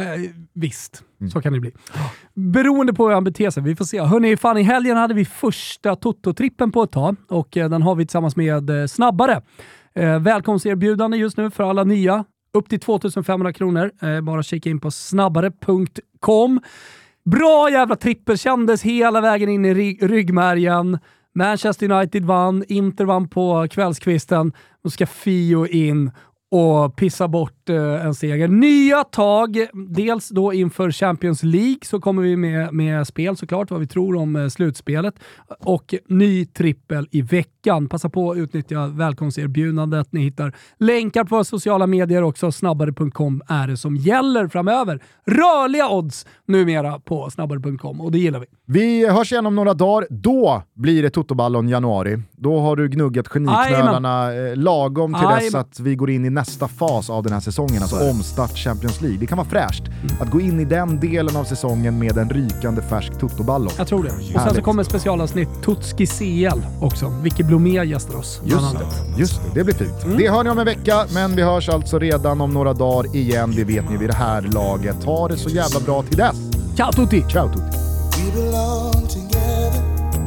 visst, så kan det bli. Beroende på hur han beter sig, vi får se. Hörrni, fan, i helgen hade vi första Toto-trippen på ett tag och den har vi tillsammans med Snabbare. Välkomsterbjudande just nu för alla nya. Upp till 2500 kronor. Bara kika in på snabbare.com. Bra jävla trippel. Kändes hela vägen in i ryggmärgen. Manchester United vann. Inter vann på kvällskvisten. Nu ska Fio in och pissa bort en seger. Nya tag. Dels då inför Champions League så kommer vi med spel såklart. Vad vi tror om slutspelet. Och ny trippel i veckan. Passa på att utnyttja välkomsterbjudandet. Ni hittar länkar på våra sociala medier också. Snabbare.com är det som gäller framöver. Rörliga odds numera på snabbare.com och det gillar vi. Vi hörs igen om några dagar. Då blir det Totoballon januari. Då har du gnuggat geniknölarna lagom till dess att vi går in i nästa fas av den här säsongen, alltså omstart Champions League. Det kan vara fräscht att gå in i den delen av säsongen med en rykande färsk Totoballon. Jag tror det. Och sen så kommer specialavsnitt Tutski CL också. Vicky Blomé gästar oss. Just det blir fint. Det hör ni om en vecka, men vi hörs alltså redan om några dagar igen. Det vet ni vid det här laget. Ha det så jävla bra till dess. Ciao tutti! Ciao tutti! We belong together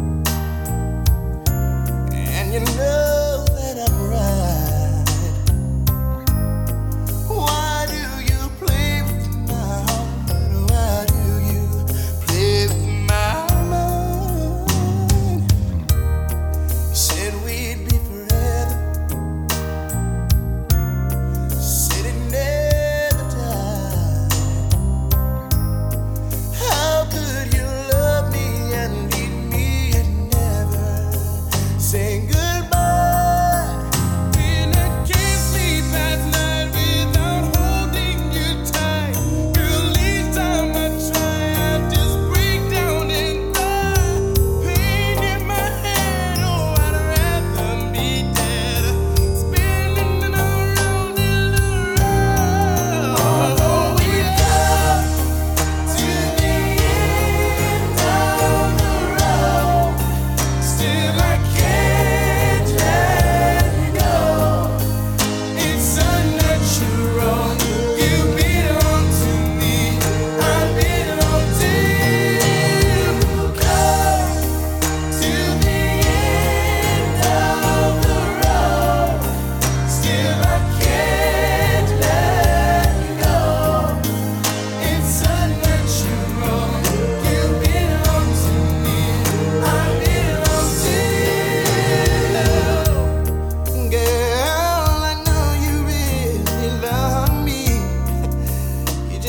and you know that I'm right. Why do you play with my heart? Why do you play with my mind? You said we'd be forever, said it never died. How could you love me and leave me and never say goodbye?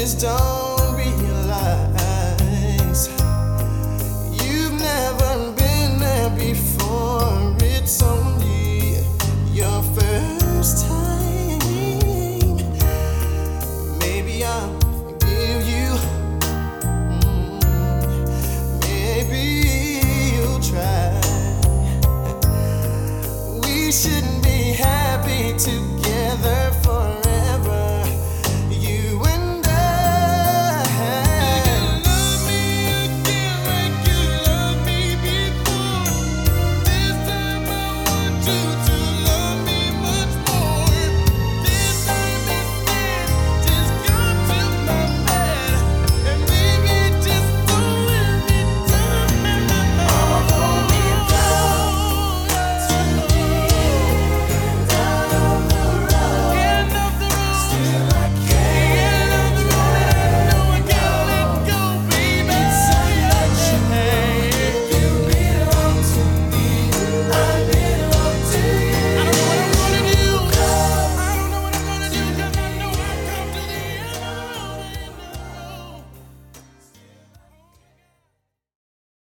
wisdom.